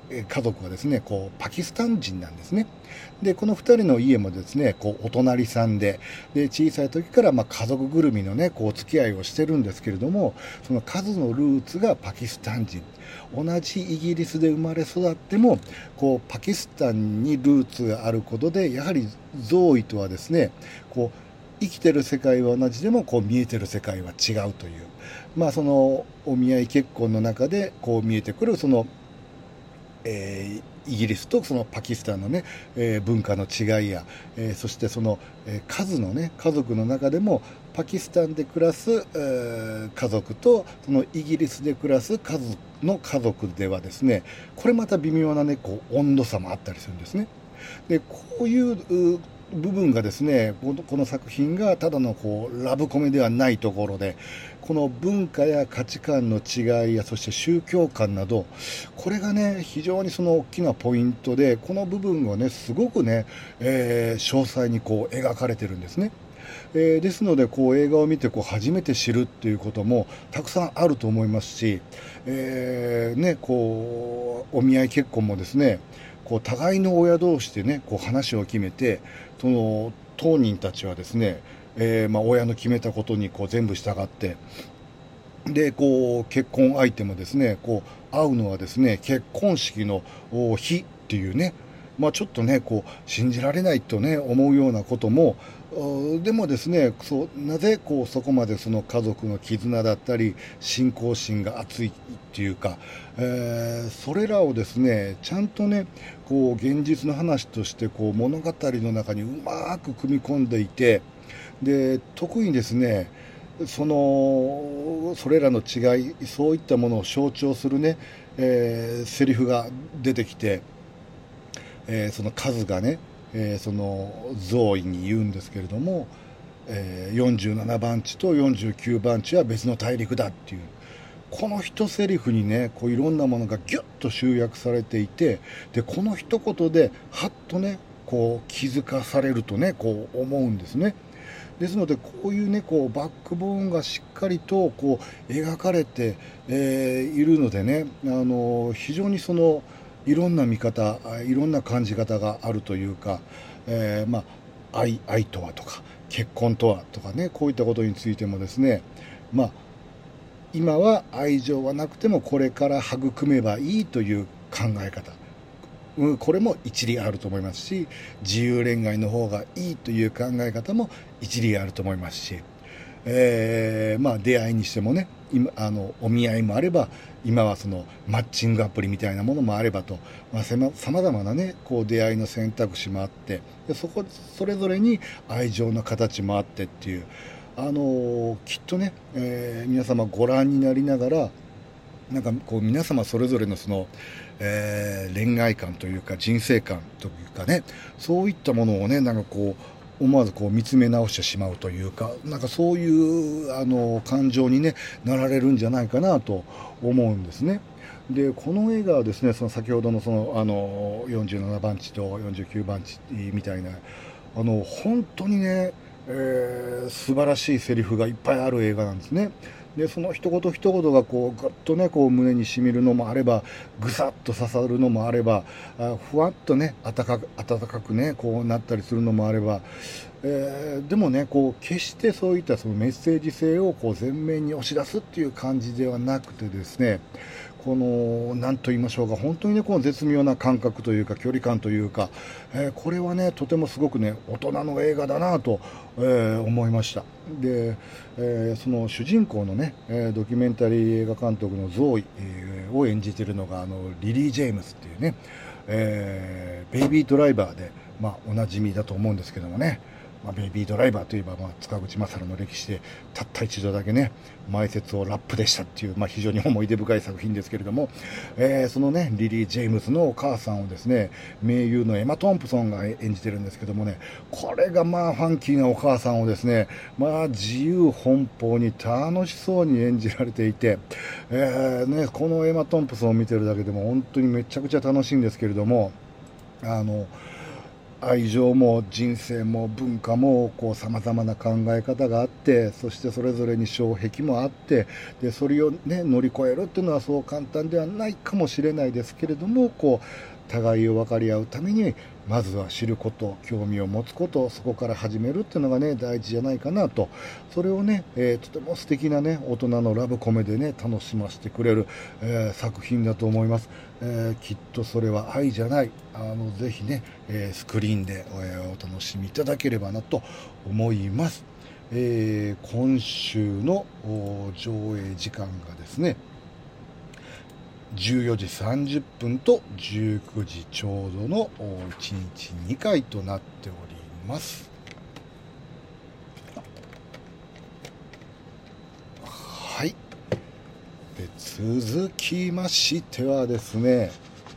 家族はですね、こうパキスタン人なんですね。でこのふたりの家もですね、こうお隣さんで、で小さい時からまあ家族ぐるみのねこう付き合いをしてるんですけれども、そのカズのルーツがパキスタン人、同じイギリスで生まれ育ってもこうパキスタンにルーツがあることで、やはりゾーイとはですね、こう生きてる世界は同じでもこう見えてる世界は違うという、まあそのお見合い結婚の中でこう見えてくるその、えーイギリスとそのパキスタンのね、えー文化の違いや、えーそしてその、えー数のね家族の中でもパキスタンで暮らす、えー家族とそのイギリスで暮らす数の家族ではですね、これまた微妙なねこう温度差もあったりするんですね。でこういうう部分がですね、このこの作品がただのこうラブコメではないところで、この文化や価値観の違いや、そして宗教観など、これがね非常にその大きなポイントで、この部分をねすごくね、えー詳細にこう描かれてるんですね。えーですのでこう映画を見てこう初めて知るっていうこともたくさんあると思いますし、えーね、こうお見合い結婚もですね、こう互いの親同士でねこう話を決めて、その当人たちはですね、えーまあ、親の決めたことにこう全部従って、でこう結婚相手もですねこう会うのはですね結婚式のお日っていうね、まあ、ちょっとねこう信じられないとね思うようなことも、おでもですね、そうなぜこうそこまでその家族の絆だったり信仰心が熱いっていうか、えーそれらをですねちゃんとねこう現実の話としてこう物語の中にうまく組み込んでいて、で特にですねそのそれらの違い、そういったものを象徴するね、えーセリフが出てきて、えーその数がね、えーそのゾーイに言うんですけれども、えーよんじゅうななばん地とよんじゅうきゅうばん地は別の大陸だっていう、この一セリフにねこういろんなものがギュッと集約されていて、でこの一言ではっとねこう気づかされるとねこう思うんですね。ですのでこういうねこうバックボーンがしっかりとこう描かれて、えーいるのでね、あの非常にそのいろんな見方、あいろんな感じ方があるというか、えーまあ愛愛とはとか結婚とはとかね、こういったことについてもですね、まあ今は愛情はなくてもこれから育めばいいという考え方、うんこれも一理あると思いますし、自由恋愛の方がいいという考え方も一理あると思いますし、えーまあ出会いにしてもね、今あのお見合いもあれば、今はそのマッチングアプリみたいなものもあればと、まあ、さまざまなねこう出会いの選択肢もあって、でそこそれぞれに愛情の形もあってっていう、あのーきっとね、えー皆様ご覧になりながら、なんかこう皆様それぞれのその、えー恋愛観というか人生観というかね、そういったものをねなんかこう思わずこう見つめ直してしまうというか、なんかそういうあの感情に、ね、なられるんじゃないかなと思うんですね。でこの映画はですね、その先ほどのそのあのよんじゅうななばん地とよんじゅうきゅうばん地みたいな、あの本当にね、えー素晴らしいセリフがいっぱいある映画なんですね。でその一言一言がこうぐっとねこう胸にしみるのもあれば、ぐさっと刺さるのもあれば、あふわっとね温かく温かくねこうなったりするのもあれば、えーでもねこう決してそういったそのメッセージ性をこう前面に押し出すっていう感じではなくてですね、この何と言いましょうか、本当にねこの絶妙な感覚というか距離感というか、えーこれはねとてもすごくね大人の映画だなと、えー思いました。で、えーその主人公のね、えードキュメンタリー映画監督のゾーイ、えーを演じているのがあのリリー・ジェームスっていうね、えーベイビードライバーで、まあ、おなじみだと思うんですけどもね、まあ、ベイビードライバーといえば、まあ、塚口勝の歴史でたった一度だけね前説をラップでしたっていう、まあ、非常に思い出深い作品ですけれども、えーそのねリリー・ジェームスのお母さんをですね名優のエマ・トンプソンが演じてるんですけどもね、これがまあファンキーなお母さんをですね、まあ自由奔放に楽しそうに演じられていて、えーね、このエマ・トンプソンを見てるだけでも本当にめちゃくちゃ楽しいんですけれども、あの愛情も人生も文化もこう様々な考え方があって、そしてそれぞれに障壁もあって、でそれをね乗り越えるっていうのはそう簡単ではないかもしれないですけれども、こう互いを分かり合うためにまずは知ること、興味を持つこと、そこから始めるっていうのがね大事じゃないかなと。それをね、えー、とても素敵なね大人のラブコメでね楽しませてくれる、えー、作品だと思います。えー、きっとそれは愛じゃない。あのぜひね、えー、スクリーンで、えー、お楽しみいただければなと思います。えー、今週の上映時間がですねじゅうよじさんじゅっぷんとじゅうくじちょうどのいちにちにかいとなっております。はい。で続きましてはですね、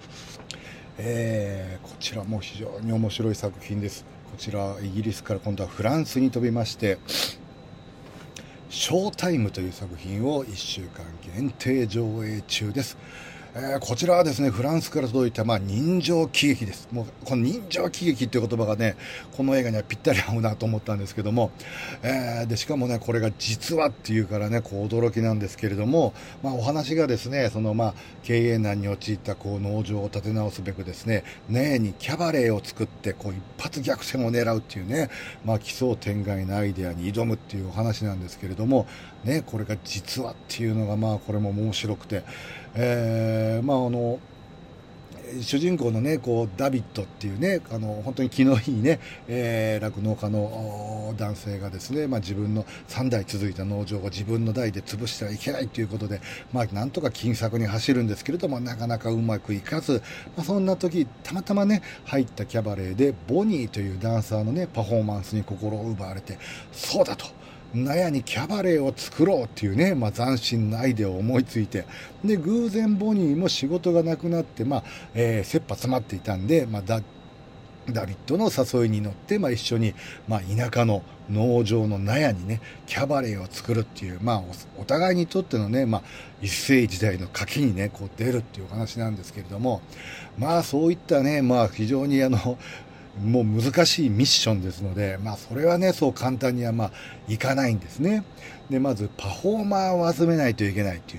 えー、こちらも非常に面白い作品です。こちらイギリスから今度はフランスに飛びまして、ショータイムという作品をいっしゅうかん限定上映中です。えー、こちらはですねフランスから届いた、まあ、人情喜劇です。もうこの人情喜劇っていう言葉がねこの映画にはぴったり合うなと思ったんですけども、えー、でしかもねこれが実話っていうからねこう驚きなんですけれども、まあ、お話がですねそのまあ経営難に陥ったこう農場を立て直すべくですね年にキャバレーを作ってこう一発逆転を狙うっていうね、まあ、奇想天外なアイデアに挑むっていうお話なんですけれどもね、これが実話っていうのがまあこれも面白くて、えー、まああの主人公のねこうダビッドっていうねあの本当に気のいいね酪農、えー、家の男性がですね、まあ、自分のさんだい続いた農場を自分の代で潰してはいけないということで、まあ、なんとか金策に走るんですけれどもなかなかうまくいかず、まあ、そんな時たまたまね入ったキャバレーでボニーというダンサーのねパフォーマンスに心を奪われて、そうだと納屋にキャバレーを作ろうっていうね、まあ、斬新なアイデアを思いついて、で偶然ボニーも仕事がなくなって、まあえー、切羽詰まっていたんで、まあ、ダダビッドの誘いに乗って、まあ、一緒に、まあ、田舎の農場の納屋にねキャバレーを作るっていう、まあ、お, お互いにとってのね、まあ、一世時代の賭けにねこう出るっていうお話なんですけれども、まあそういったね、まあ、非常にあのもう難しいミッションですので、まあそれはねそう簡単にはまあいかないんですね。でまずパフォーマーを集めないといけないという、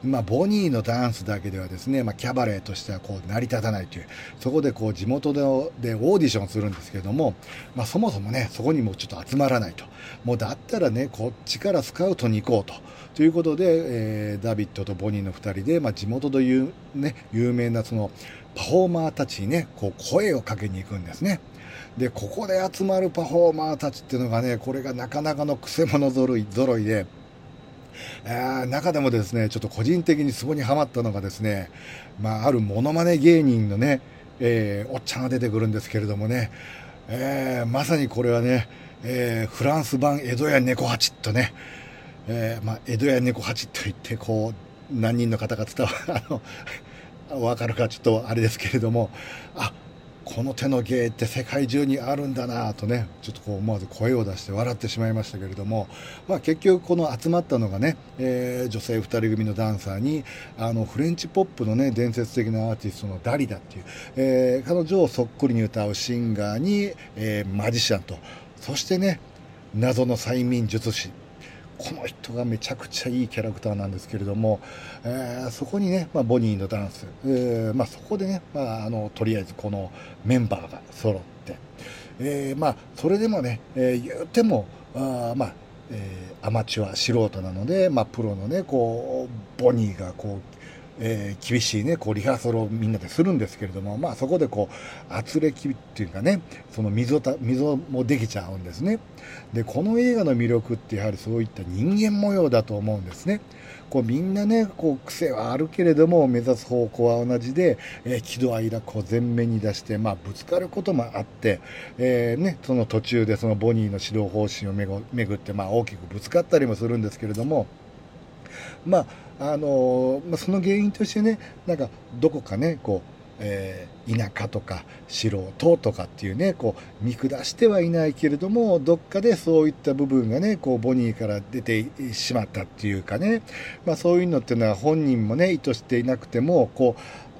まあボニーのダンスだけではですね、まあキャバレーとしてはこう成り立たないという、そこでこう地元ででオーディションするんですけれども、まあそもそもねそこにもちょっと集まらないと、もうだったらねこっちからスカウトに行こうと。ということで、えー、ダビッドとボニーのふたりで、まあ、地元で有、ね、有名なそのパフォーマーたちにねこう声をかけに行くんですね。でここで集まるパフォーマーたちっていうのがねこれがなかなかのくせ者ぞろい揃いで、えー、中でもですねちょっと個人的にそこにハマったのがですね、まあ、あるモノマネ芸人のね、えー、おっちゃんが出てくるんですけれどもね、えー、まさにこれはね、えー、フランス版江戸屋猫八とね、えーまあ、江戸屋猫八といってこう何人の方が伝わるあの分かるかちょっとあれですけれども、あこの手の芸って世界中にあるんだなとねちょっとこう思わず声を出して笑ってしまいましたけれども、まあ、結局この集まったのがね、えー、女性ふたり組のダンサーにあのフレンチポップのね伝説的なアーティストのダリダっていう、えー、彼女をそっくりに歌うシンガーに、えー、マジシャンと、そしてね謎の催眠術師、この人がめちゃくちゃいいキャラクターなんですけれども、えー、そこにね、まあ、ボニーのダンス、えーまあ、そこでね、まあ、あのとりあえずこのメンバーが揃って、えーまあ、それでもね、えー、言うてもあ、まあえー、アマチュア素人なので、まあ、プロのねこうボニーがこうえー、厳しいねこうリハーサルをみんなでするんですけれども、まあそこでこう圧力っていうかねその溝た溝もできちゃうんですね。でこの映画の魅力ってやはりそういった人間模様だと思うんですね。こうみんなねこう癖はあるけれども目指す方向は同じで、えー、喜怒哀楽を前面に出して、まあ、ぶつかることもあって、えーね、その途中でそのボニーの指導方針をめご巡って、まあ、大きくぶつかったりもするんですけれども、まああのーまあ、その原因としてねなんかどこかねこう、えー、田舎とか素人とかっていうねこう見下してはいないけれどもどっかでそういった部分がねこうボニーから出てしまったっていうかね、まあ、そういうのっていうのは本人もね意図していなくてもこう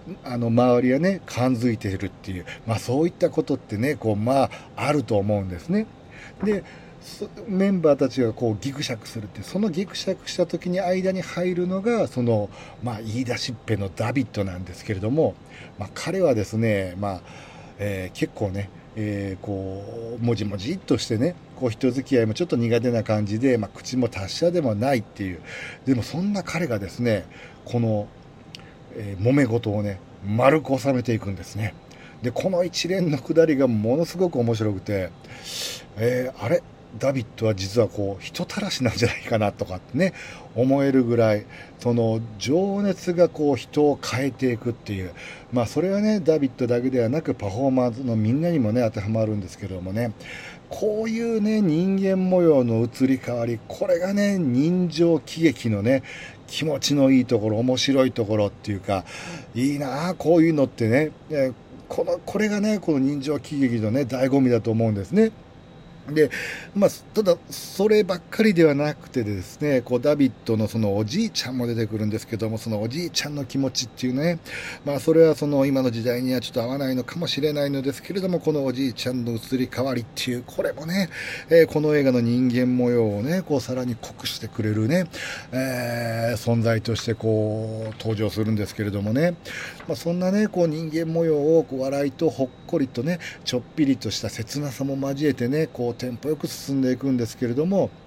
あの周りはね感づいているっていう、まあ、そういったことってねこう、まあ、あると思うんですね。でメンバーたちがこうギクシャクするっていう、そのギクシャクした時に間に入るのがその、まあ、言い出しっぺのダビッドなんですけれども、まあ、彼はですね、まあえー、結構ね、えー、こうもじもじっとしてね、こう人付き合いもちょっと苦手な感じで、まあ、口も達者でもないっていう。でもそんな彼がですねこの、えー、揉め事をね丸く収めていくんですね。でこの一連のくだりがものすごく面白くて、えー、あれダビッドは実はこう人たらしなんじゃないかなとかってね思えるぐらい、その情熱がこう人を変えていくっていう、まあそれはねダビッドだけではなくパフォーマーのみんなにもね当てはまるんですけどもね、こういうね人間模様の移り変わり、これがね人情喜劇のね気持ちのいいところ、面白いところっていうか、いいなあこういうのってね、えこのこれがねこの人情喜劇のね醍醐味だと思うんですね。で、まあ、ただそればっかりではなくてですね、こうダビッドのそのおじいちゃんも出てくるんですけども、そのおじいちゃんの気持ちっていうね、まあそれはその今の時代にはちょっと合わないのかもしれないのですけれども、このおじいちゃんの移り変わりっていう、これもね、えー、この映画の人間模様をねこうさらに濃くしてくれるね、えー、存在としてこう登場するんですけれどもね、まあ、そんなねこう人間模様をこう笑いとほっこりとねちょっぴりとした切なさも交えてねこうテンポよく進んでいくんですけれども、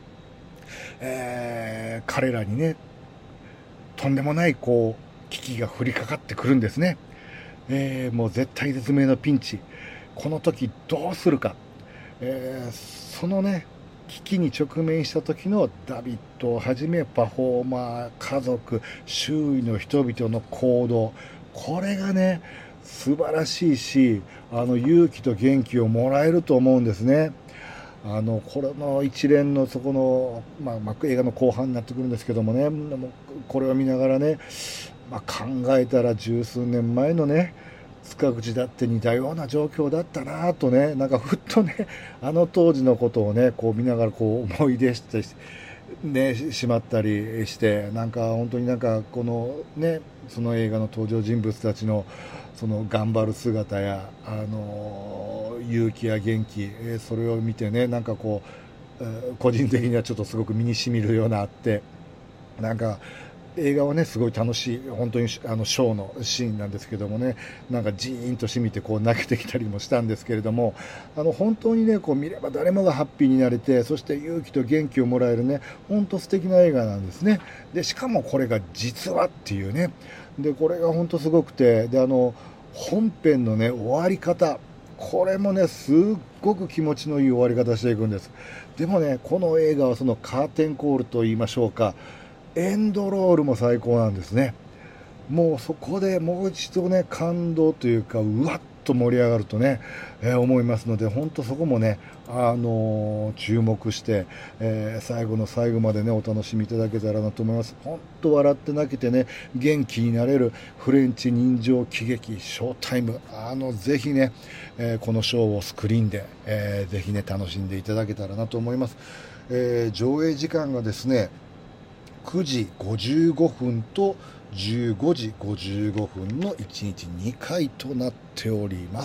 えー、彼らにねとんでもないこう危機が降りかかってくるんですね。えー、もう絶対絶命のピンチ、この時どうするか、えー、そのね危機に直面した時のダビッドをはじめパフォーマー、家族、周囲の人々の行動、これがね素晴らしいし、あの勇気と元気をもらえると思うんですね。あのこれの一連のそこの、まあ、まあ映画の後半になってくるんですけどもね、もうこれを見ながらね、まあ、考えたら十数年前のね塚口だって似たような状況だったなとね、なんかふっとねあの当時のことをねこう見ながらこう思い出してねしまったりして、なんか本当になんかこのねその映画の登場人物たちのその頑張る姿やあの勇気や元気、それを見てねなんかこう個人的にはちょっとすごく身にしみるようなあって、なんか映画はねすごい楽しい本当にあのショーのシーンなんですけどもね、なんかジーンとしみてこう泣けてきたりもしたんですけれども、あの本当にねこう見れば誰もがハッピーになれて、そして勇気と元気をもらえるね本当素敵な映画なんですね。でしかもこれが実話っていうね、でこれが本当すごくて、であの本編のね終わり方、これもねすっごく気持ちのいい終わり方していくんです。でもねこの映画はそのカーテンコールと言いましょうか、エンドロールも最高なんですね。もうそこでもう一度ね感動というかうわっと盛り上がるとね、えー、思いますので、本当そこもね、あのー、注目して、えー、最後の最後までねお楽しみいただけたらなと思います。本当笑って泣けてね元気になれるフレンチ人情喜劇ショータイム、あのぜひね、えー、このショーをスクリーンで、えー、ぜひね楽しんでいただけたらなと思います。えー、上映時間がですねくじごじゅうごふんとじゅうごじごじゅうごふんのいちにちにかいとなっております。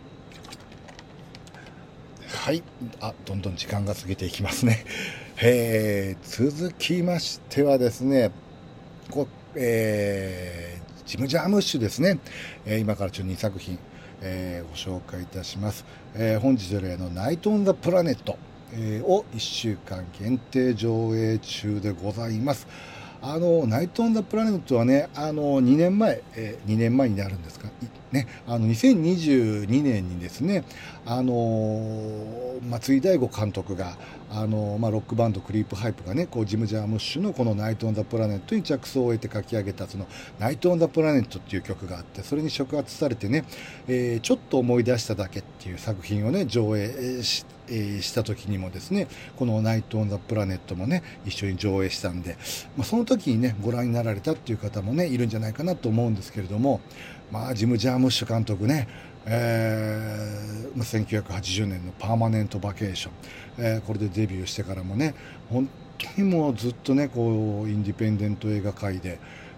はい、あ、どんどん時間が過ぎていきますね。えー、続きましてはですね、こえー、ジム・ジャームッシュですね、えー、今からちょっとにさく品、えー、ご紹介いたします。えー、本日よりのナイト・オン・ザ・プラネットをいっしゅうかん限定上映中でございます。あのナイト・オン・ザ・プラネットはね、あのにねんまえ、えー、にねんまえになるんですかね、あのにせんにじゅうにねんにですね、あの松井大吾監督があの、まあ、ロックバンドクリープハイプがねこうジム・ジャームッシュのこのナイト・オン・ザ・プラネットに着想を得て書き上げたそのナイト・オン・ザ・プラネットっていう曲があって、それに触発されてね、えー、ちょっと思い出しただけっていう作品をね上映し、えー、した時にもですね、このナイト・オン・ザ・プラネットもね一緒に上映したんで、まあ、その時にねご覧になられたっていう方もねいるんじゃないかなと思うんですけれども、まあジム・ジャームッシュ監督ね、えー、せんきゅうひゃくはちじゅうねんのパーマネントバケーション、えー、これでデビューしてからもね本当にもうずっとねこうインディペンデント映画界で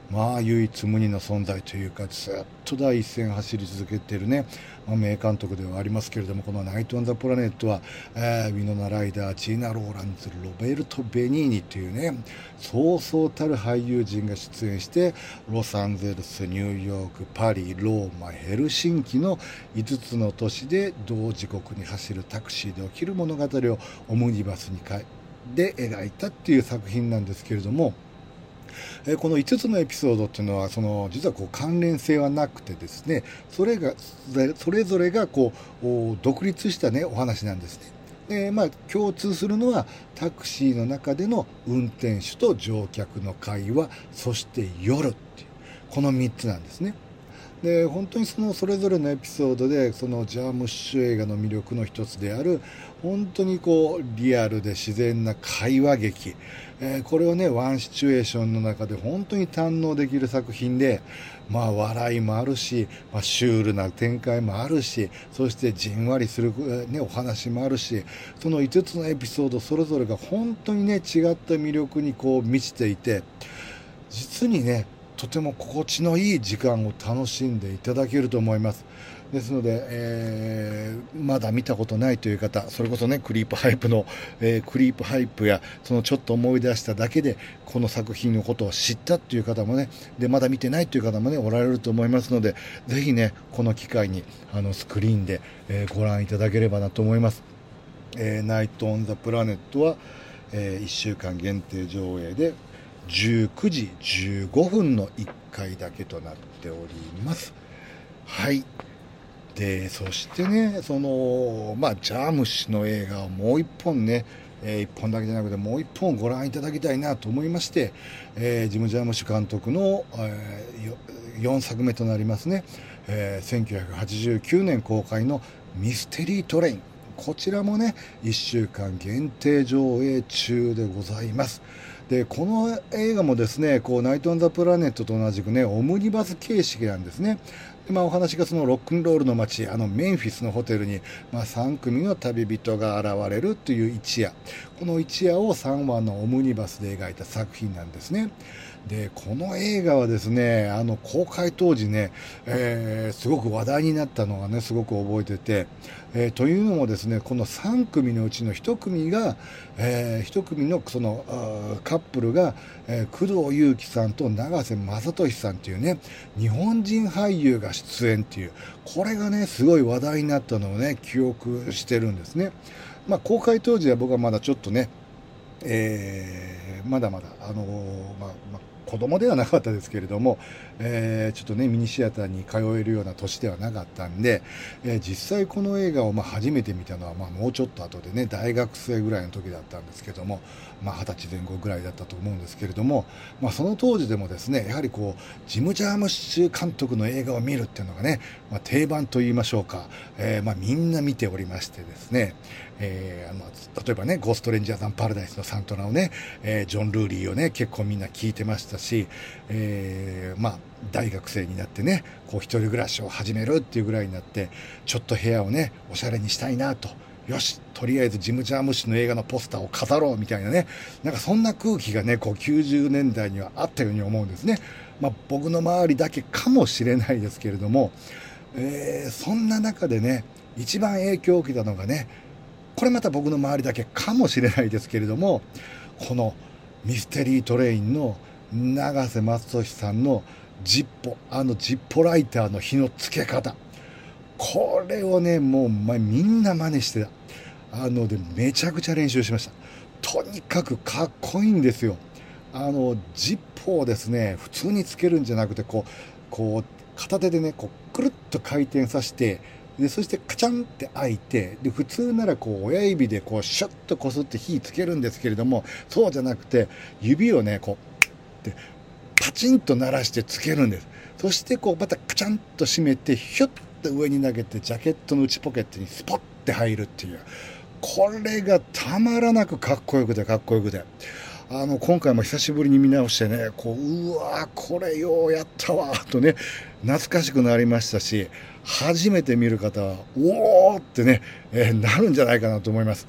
まあ唯一無二の存在というか、ずっと第一線走り続けているね、まあ、名監督ではありますけれども、このナイト・オン・ザ・プラネットは、えー、ウィノナ・ライダー、チーナ・ローランズ、ロベルト・ベニーニというね、そうそうたる俳優陣が出演して、ロサンゼルス、ニューヨーク、パリ、ローマ、ヘルシンキのいつつの都市で同時刻に走るタクシーで起きる物語をオムニバスにかいで描いたっていう作品なんですけれども、えこのいつつのエピソードっていうのは、その実はこう関連性はなくてですね、それがそれぞれがこう独立したねお話なんですね。でまあ、共通するのはタクシーの中での運転手と乗客の会話、そして夜っていうこのみっつなんですね。で本当にそのそれぞれのエピソードで、そのジャームッシュ映画の魅力の一つである本当にこうリアルで自然な会話劇、えー、これをねワンシチュエーションの中で本当に堪能できる作品で、まあ笑いもあるし、まあ、シュールな展開もあるし、そしてじんわりする、ね、お話もあるし、そのいつつのエピソードそれぞれが本当にね違った魅力にこう満ちていて、実にねとても心地のいい時間を楽しんでいただけると思います。ですので、えー、まだ見たことないという方、それこそねクリープハイプの、えー、クリープハイプやそのちょっと思い出しただけでこの作品のことを知ったという方もね、でまだ見てないという方もねおられると思いますので、ぜひねこの機会にあのスクリーンで、えー、ご覧いただければなと思います。えー、ナイト・オン・ザ・プラネットは、えー、いっしゅうかん限定上映でじゅうくじじゅうごふんのいっかいだけとなっております。はい。で、そしてね、その、まあ、ジャームッシュの映画をもう一本ね、えー、一本だけじゃなくてもう一本ご覧いただきたいなと思いまして、えー、ジム・ジャームッシュ監督の、えー、よんさくめとなりますね、えー、せんきゅうひゃくはちじゅうきゅうねん公開のミステリートレイン。こちらもね、いっしゅうかん限定上映中でございます。でこの映画もですね、こうナイト・オン・ザ・プラネットと同じくねオムニバス形式なんですね。で、まあ、お話がそのロックンロールの街、あのメンフィスのホテルに、まあ、さんくみの旅人が現れるという一夜、この一夜をさんわのオムニバスで描いた作品なんですね。でこの映画はですね、あの公開当時ね、えー、すごく話題になったのがねすごく覚えてて、えー、というのもですね、このさんくみのうちのひとくみが、えー、ひとくみのそのカップルが、えー、工藤祐樹さんと永瀬正敏さんというね日本人俳優が出演っていう、これがねすごい話題になったのをね記憶してるんですね。まあ、公開当時は僕はまだちょっとね、えー、まだまだあのー、まあ、まあ子供ではなかったですけれども、えー、ちょっとねミニシアターに通えるような年ではなかったんで、えー、実際この映画をまあ初めて見たのはまあもうちょっと後でね大学生ぐらいの時だったんですけども、まあ、はたちぜん後ぐらいだったと思うんですけれども、まあ、その当時でもですねやはりこうジム・ジャームッシュ監督の映画を見るっていうのがね、まあ、定番と言いましょうか、えー、まあみんな見ておりましてですね、えー、あの例えばねゴーストレンジャーズ・パラダイスのサントラをね、えー、ジョン・ルーリーをね結構みんな聞いてましたし、えー、まあ大学生になってねこう一人暮らしを始めるっていうぐらいになって、ちょっと部屋をねおしゃれにしたいなと、よしとりあえずジム・ジャームッシュの映画のポスターを飾ろうみたいなね、なんかそんな空気がねこうきゅうじゅうねんだいにはあったように思うんですね。まあ僕の周りだけかもしれないですけれども、えー、そんな中でね一番影響を受けたのがね、これまた僕の周りだけかもしれないですけれども、このミステリートレインの永瀬正敏さんのジッポ、あのジッポライターの火のつけ方、これをねもうみんな真似してた。あのでめちゃくちゃ練習しました。とにかくかっこいいんですよ。あのジッポをですね普通につけるんじゃなくて、こうこう片手でねこうくるっと回転させて、でそしてカチャンって開いて、で普通ならこう親指でこうシュッとこすって火つけるんですけれども、そうじゃなくて指をねこうでパチンと鳴らしてつけるんです。そしてこうまたカチャンと閉めてヒュッと上に投げてジャケットの内ポケットにスポッて入るっていう、これがたまらなくかっこよくてかっこよくて、あの今回も久しぶりに見直してね、こううわーこれようやったわとね懐かしくなりましたし、初めて見る方はおーってね、えー、なるんじゃないかなと思います。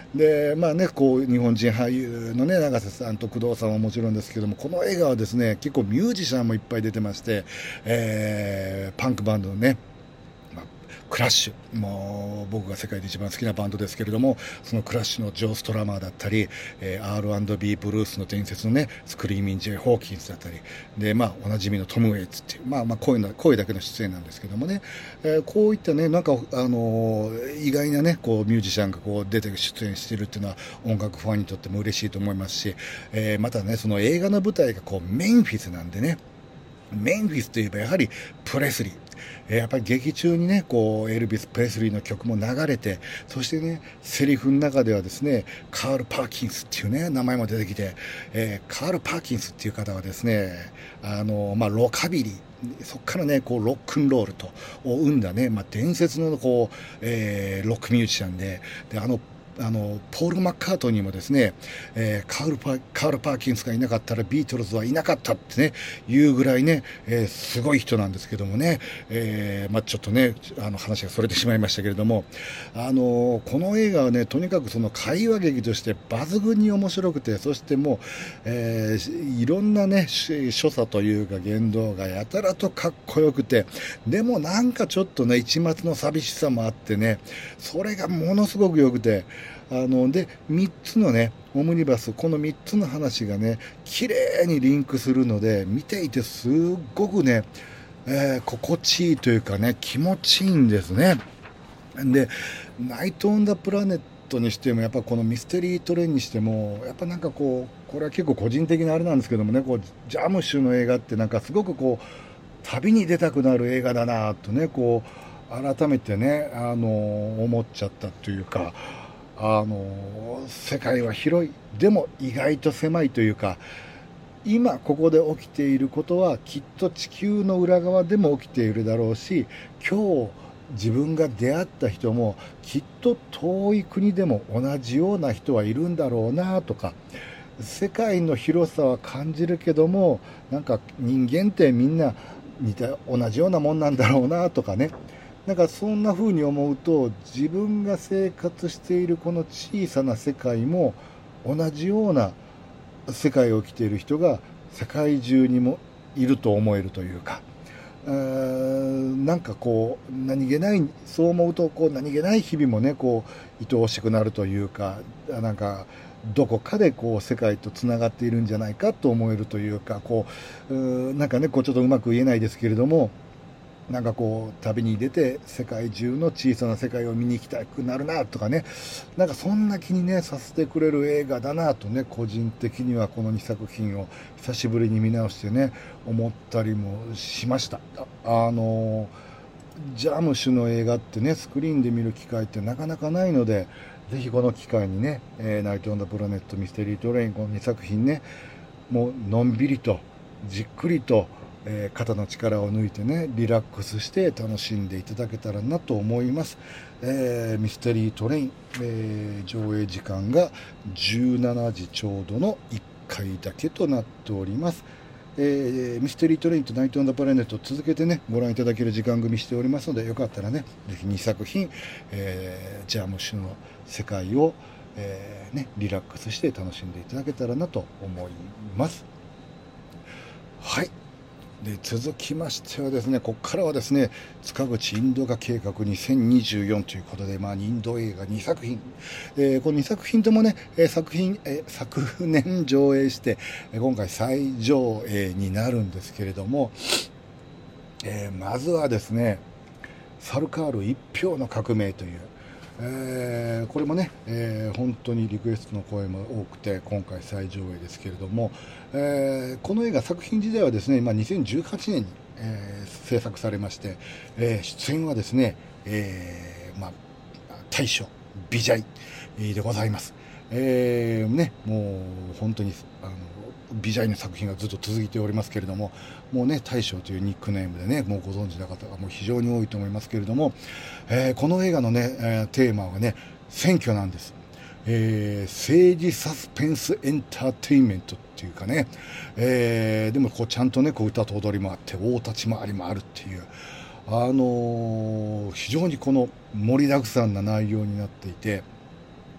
でまあね、こう日本人俳優のね永瀬さんと工藤さんはもちろんですけども、この映画はですね結構ミュージシャンもいっぱい出てまして、えー、パンクバンドのね、まあ、クラッシュ、もう僕が世界で一番好きなバンドですけれども、そのクラッシュのジョー・ストラマーだったり、えー、アールアンドビー ブルースの伝説のねスクリーミン・ジェイ・ホーキンスだったりで、まあ、おなじみのトム・ウェイツっていう、まあ、まあ声の声だけの出演なんですけどもね、えー、こういったねなんか、あのー、意外なねこうミュージシャンがこう出て出演しているっていうのは音楽ファンにとっても嬉しいと思いますし、えー、またねその映画の舞台がこうメンフィスなんでね、メンフィスといえばやはりプレスリー、えー、やっぱり劇中にねこうエルビス・プレスリーの曲も流れて、そしてねセリフの中ではですねカール・パーキンスっていうね名前も出てきて、えー、カール・パーキンスっていう方はですねあの、まあ、ロカビリー、そこからねこうロックンロールとを生んだね、まあ、伝説のこう、えー、ロックミュージシャンで、であのあのポール・マッカートニーもですね、えー、カールパ・カール・パーキンスがいなかったらビートルズはいなかったってねいうぐらいね、えー、すごい人なんですけどもね、えーまあ、ちょっとねあの話がそれてしまいましたけれども、あのこの映画はねとにかくその会話劇として抜群に面白くて、そしてもう、えー、いろんなね所作というか言動がやたらとかっこよくて、でもなんかちょっとね一末の寂しさもあってね、それがものすごくよくて、あのでみっつのねオムニバス、このみっつの話がね綺麗にリンクするので見ていてすっごくね、えー、心地いいというかね気持ちいいんですね。でナイト・オン・ザ・プラネットにしてもやっぱこのミステリー・トレインにしてもやっぱなんかこうこれは結構個人的なあれなんですけどもね、こうジャムシュの映画ってなんかすごくこう旅に出たくなる映画だなとねこう改めてねあの思っちゃったというか、あの世界は広い、でも意外と狭いというか、今ここで起きていることはきっと地球の裏側でも起きているだろうし、今日自分が出会った人もきっと遠い国でも同じような人はいるんだろうなとか、世界の広さは感じるけどもなんか人間ってみんな似た同じようなもんなんだろうなとかね、なんかそんな風に思うと自分が生活しているこの小さな世界も同じような世界を生きている人が世界中にもいると思えるというか、うーんなんかこう何気ない、そう思うとこう何気ない日々もねこう愛おしくなるというか、なんかどこかでこう世界とつながっているんじゃないかと思えるというか、こう、うーなんかねこうちょっとうまく言えないですけれども、なんかこう旅に出て世界中の小さな世界を見に行きたくなるなとかね、なんかそんな気にねさせてくれる映画だなとね、個人的にはこのにさく品を久しぶりに見直してね思ったりもしました。ああのジャムシュの映画ってねスクリーンで見る機会ってなかなかないので、ぜひこの機会にね、えー、ナイト・オン・ザ・プラネット、ミステリー・トレイン、このにさく品ねもうのんびりとじっくりとえー、肩の力を抜いてねリラックスして楽しんでいただけたらなと思います。えー、ミステリートレイン、えー、上映時間がじゅうしちじちょうどのいっかいだけとなっております。えー、ミステリートレインとナイト・オン・ザ・プラネット続けてねご覧いただける時間組しておりますので、よかったらねぜひにさく品、えー、ジャムシュの世界を、えーね、リラックスして楽しんでいただけたらなと思います。はい、で続きましてはですね、ここからはですね塚口インド画計画にせんにじゅうよんということで、まあ、インド映画にさく品、えー、このにさく品ともね、えー、作品、えー、昨年上映して、えー、今回再上映になるんですけれども、えー、まずはですねサルカール一票の革命という、えー、これもね、えー、本当にリクエストの声も多くて今回再上映ですけれども、えー、この映画作品自体はですね、まあ、にせんじゅうはちねんに、えー、制作されまして、えー、出演はですね、えーまあ、大将ビジャイでございます。えーね、もう本当にあのビジャイの作品がずっと続いておりますけれども、もうね大将というニックネームでねもうご存知の方がもう非常に多いと思いますけれども、えー、この映画のね、えー、テーマはね選挙なんです。えー、政治サスペンスエンターテインメントっていうかね、えー、でもこうちゃんとねこう歌と踊りもあって大立ち回りもあるっていう、あのー、非常にこの盛りだくさんな内容になっていて、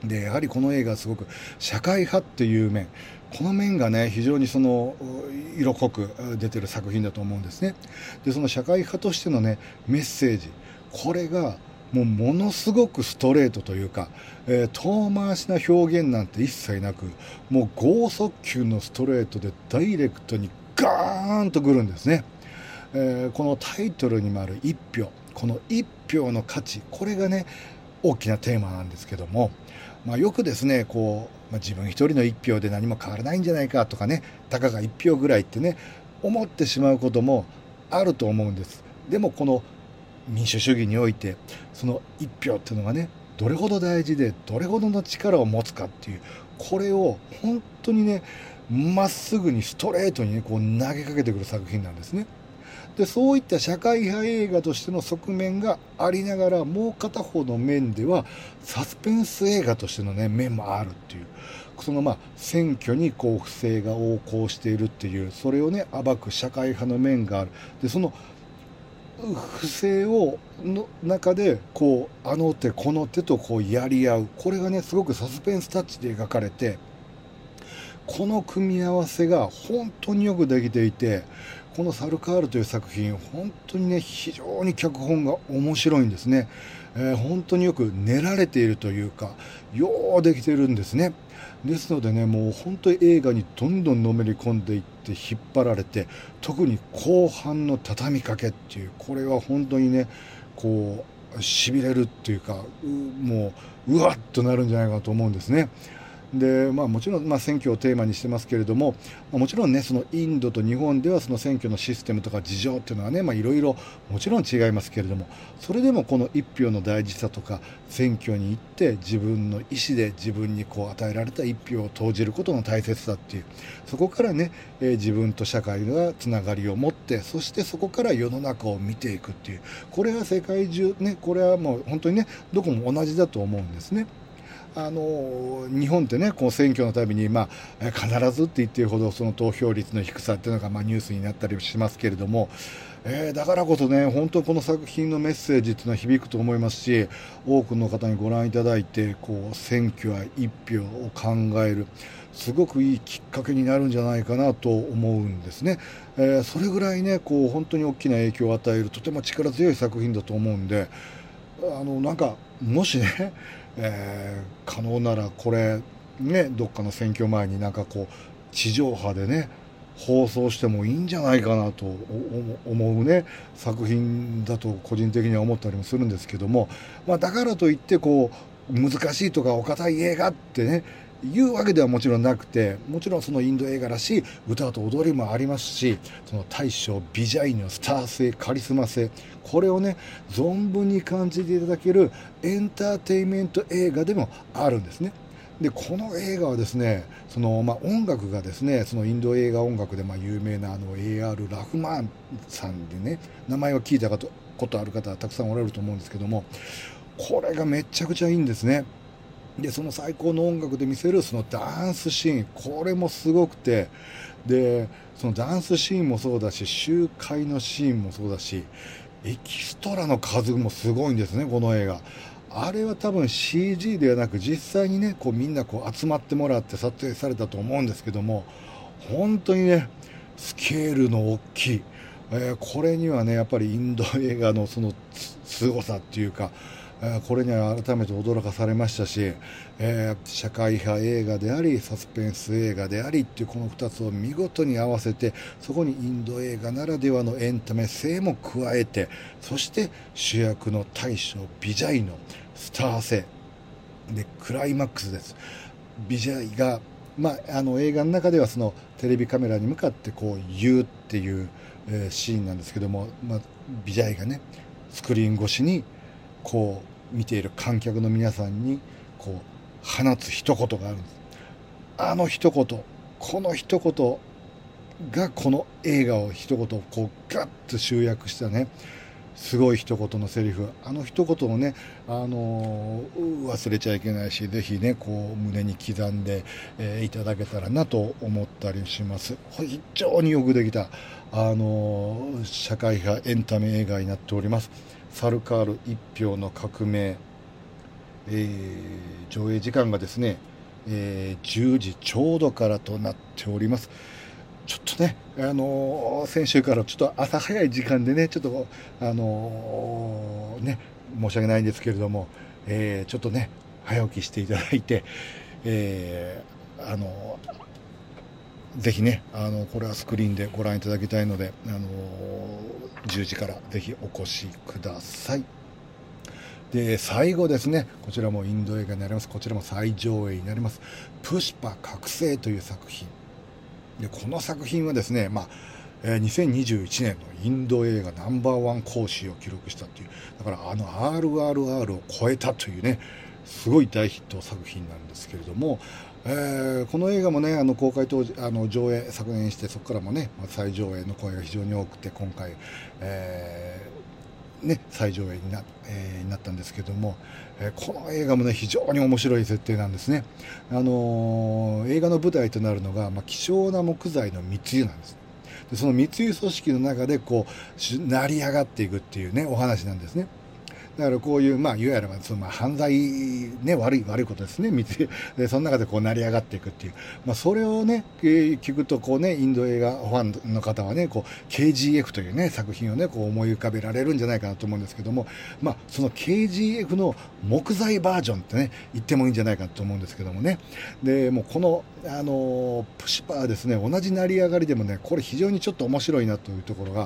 でやはりこの映画はすごく社会派っていう面、この面がね非常にその色濃く出てる作品だと思うんですね。でその社会派としてのねメッセージ、これがもうものすごくストレートというか、えー、遠回しな表現なんて一切なく、もう剛速球のストレートでダイレクトにガーンとくるんですね。えー、このタイトルにもある一票、この一票の価値、これがね大きなテーマなんですけども、まあ、よくですねこう、まあ、自分一人の一票で何も変わらないんじゃないかとかね、たかが一票ぐらいってね思ってしまうこともあると思うんです。でもこの民主主義においてその一票っていうのがねどれほど大事でどれほどの力を持つかっていう、これを本当にねまっすぐにストレートにねこう投げかけてくる作品なんですね。でそういった社会派映画としての側面がありながら、もう片方の面ではサスペンス映画としてのね面もあるっていう、そのまあ選挙にこう不正が横行しているっていう、それをね暴く社会派の面がある。でその不正をの中でこうあの手この手とこうやり合う、これがねすごくサスペンスタッチで描かれて、この組み合わせが本当によくできていて、このサルカールという作品本当にね非常に脚本が面白いんですね。えー、本当によく練られているというか、ようできているんですね。ですのでねもう本当に映画にどんどんのめり込んでいって引っ張られて、特に後半の畳みかけっていう、これは本当にねこうしびれるっていうか、うもううわっとなるんじゃないかなと思うんですね。でまあ、もちろん、まあ、選挙をテーマにしてますけれども、まあ、もちろんねそのインドと日本ではその選挙のシステムとか事情っていうのはねいろいろもちろん違いますけれども、それでもこの一票の大事さとか、選挙に行って自分の意思で自分にこう与えられた一票を投じることの大切さっていう、そこからね、えー、自分と社会がつながりを持って、そしてそこから世の中を見ていくっていう、これは世界中ね、これはもう本当にねどこも同じだと思うんですね。あの日本ってねこう選挙のたびに、まあ、必ずって言っているほどその投票率の低さっていうのが、まあ、ニュースになったりしますけれども、えー、だからこそね本当にこの作品のメッセージっていうのは響くと思いますし、多くの方にご覧いただいてこう選挙や一票を考えるすごくいいきっかけになるんじゃないかなと思うんですね。えー、それぐらいねこう本当に大きな影響を与えるとても力強い作品だと思うんで、あのなんかもしねえー、可能ならこれねどっかの選挙前になんかこう地上波でね放送してもいいんじゃないかなと思うね作品だと個人的には思ったりもするんですけども、まあ、だからといってこう難しいとかお堅い映画ってねいうわけではもちろんなくて、もちろんそのインド映画らしい歌と踊りもありますし、その大将ビジャイのスター性カリスマ性、これをね存分に感じていただけるエンターテインメント映画でもあるんですね。でこの映画はですねその、まあ、音楽がですねそのインド映画音楽でまあ有名なあの エーアール ラフマンさんでね、名前を聞いたことある方はたくさんおられると思うんですけども、これがめちゃくちゃいいんですね。でその最高の音楽で見せるそのダンスシーン、これもすごくて、でそのダンスシーンもそうだし集会のシーンもそうだし、エキストラの数もすごいんですねこの映画。あれは多分 シージー ではなく実際にねこうみんなこう集まってもらって撮影されたと思うんですけども、本当にねスケールの大きい、えー、これにはねやっぱりインド映画のその凄さっていうか、これには改めて驚かされましたし、えー、社会派映画でありサスペンス映画でありっていうこのふたつを見事に合わせて、そこにインド映画ならではのエンタメ性も加えて、そして主役の大将ビジャイのスター性でクライマックスです。ビジャイが、まあ、あの映画の中ではそのテレビカメラに向かってこう言うっていう、えー、シーンなんですけども、まあ、ビジャイがねスクリーン越しにこう見ている観客の皆さんにこう放つ一言があるんです。あの一言、この一言がこの映画を一言こうガッと集約したねすごい一言のセリフ、あの一言をね、あのー、忘れちゃいけないし、ぜひねこう胸に刻んで、えー、いただけたらなと思ったりします。非常によくできた、あのー、社会派エンタメ映画になっております。サルカール一票の革命、 えー、上映時間がですね、えー、じゅうじちょうどからとなっております。ちょっとね、あのー、先週からちょっと朝早い時間でね、ちょっと、あのー、ね、申し訳ないんですけれども、えー、ちょっとね、早起きしていただいて、えー、あのー、ぜひね、あの、これはスクリーンでご覧いただきたいので、あのー、じゅうじからぜひお越しください。で、最後ですね、こちらもインド映画になります。こちらも再上映になります。プシパ覚醒という作品。で、この作品はですね、まあ、えー、にせんにじゅういちねんのインド映画ナンバーワン講師を記録したという、だからあの アールアールアール を超えたというね、すごい大ヒット作品なんですけれども、えー、この映画もね、あの公開当時、あの上映昨年して、そこからもね、再上映の声が非常に多くて、今回、えーね、再上映に な,、えー、になったんですけども、えー、この映画もね非常に面白い設定なんですね。あのー、映画の舞台となるのが、まあ、希少な木材の密輸なんです。でその密輸組織の中でこう成り上がっていくっていうねお話なんですね。だからこういう、まあ、いわゆるそのまあ犯罪、ね、悪い、悪いことですね。で、その中でこう成り上がっていくっていう。まあ、それをね、聞くと、こうね、インド映画ファンの方はね、こう、ケージーエフ というね、作品をね、こう思い浮かべられるんじゃないかなと思うんですけども、まあ、その ケージーエフ の木材バージョンってね、言ってもいいんじゃないかと思うんですけどもね。で、もうこの、あの、プシパーですね、同じ成り上がりでもね、これ非常にちょっと面白いなというところが、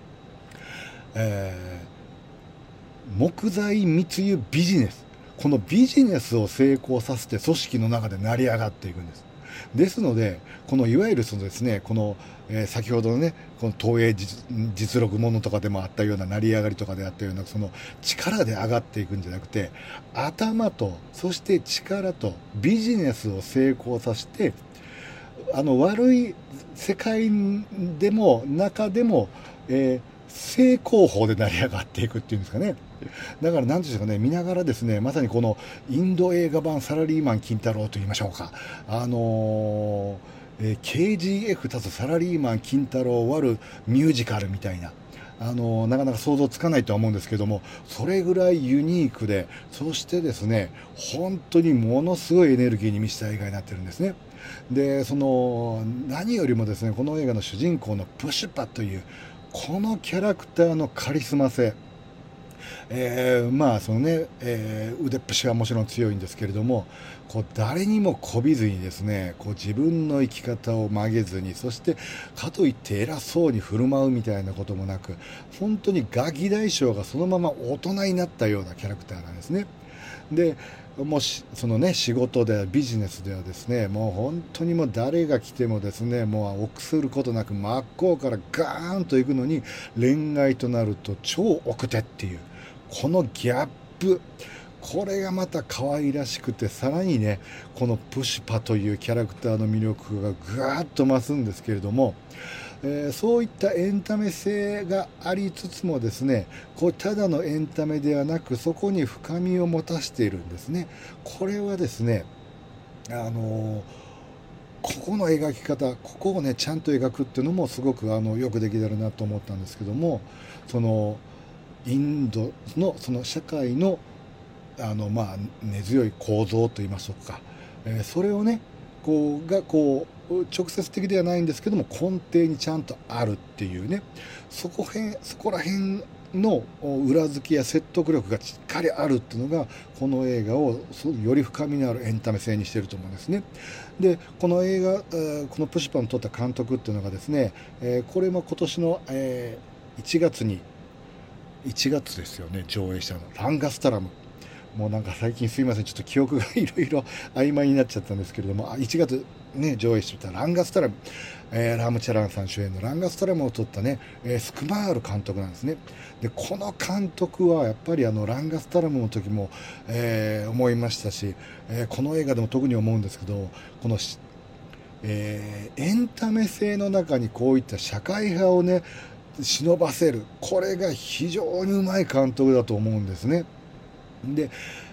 えー、木材密輸ビジネス。このビジネスを成功させて組織の中で成り上がっていくんです。ですので、このいわゆるそのですね、この、えー、先ほどのね、この東映 実, 実録ものとかでもあったような成り上がりとかであったような、その力で上がっていくんじゃなくて、頭と、そして力とビジネスを成功させて、あの悪い世界でも中でも、えー正攻法で成り上がっていくっていうんですかね。だから何でしょうかね、見ながらですね、まさにこのインド映画版サラリーマン金太郎と言いましょうか。あのー、えー、ケージーエフ たつサラリーマン金太郎割るミュージカルみたいな。あのー、なかなか想像つかないとは思うんですけども、それぐらいユニークで、そしてですね、本当にものすごいエネルギーに満ちた映画になってるんですね。で、その、何よりもですね、この映画の主人公のプシュパという、このキャラクターのカリスマ性、えー、まあそのね、えー、腕っぷしはもちろん強いんですけれども、こう誰にもこびずにですね、こう自分の生き方を曲げずに、そしてかといって偉そうに振る舞うみたいなこともなく、本当にガキ大将がそのまま大人になったようなキャラクターなんですね。でもしそのね仕事でビジネスではですね、もう本当にもう誰が来てもですね、もう臆することなく真っ向からガーンと行くのに、恋愛となると超奥手っていうこのギャップ、これがまた可愛らしくて、さらにねこのプシパというキャラクターの魅力がぐわっと増すんですけれども、えー、そういったエンタメ性がありつつもですね、こうただのエンタメではなく、そこに深みを持たせているんですね。これはですね、あのー、ここの描き方、ここをねちゃんと描くっていうのもすごくあのよくできてるなと思ったんですけども、そのインドのその社会のあのまあ根強い構造といいましょうか、えー、それをねこうがこう直接的ではないんですけども根底にちゃんとあるっていうね、そこへんそこら辺の裏付けや説得力がしっかりあるっていうのがこの映画をより深みのあるエンタメ性にしていると思うんですね。でこの映画、このプシパンを撮った監督っていうのがですね、これも今年のいちがつにいちがつですよね、上映したのランガスタラム。もうなんか最近すいません、ちょっと記憶がいろいろ曖昧になっちゃったんですけれども、いちがつね上映してたランガスタラム、えー、ラムチャランさん主演のランガスタラムを撮ったね、えー、スクマール監督なんですね。でこの監督はやっぱりあのランガスタラムの時も、えー、思いましたし、えー、この映画でも特に思うんですけど、このえー、エンタメ性の中にこういった社会派をね忍ばせる、これが非常にうまい監督だと思うんですね。で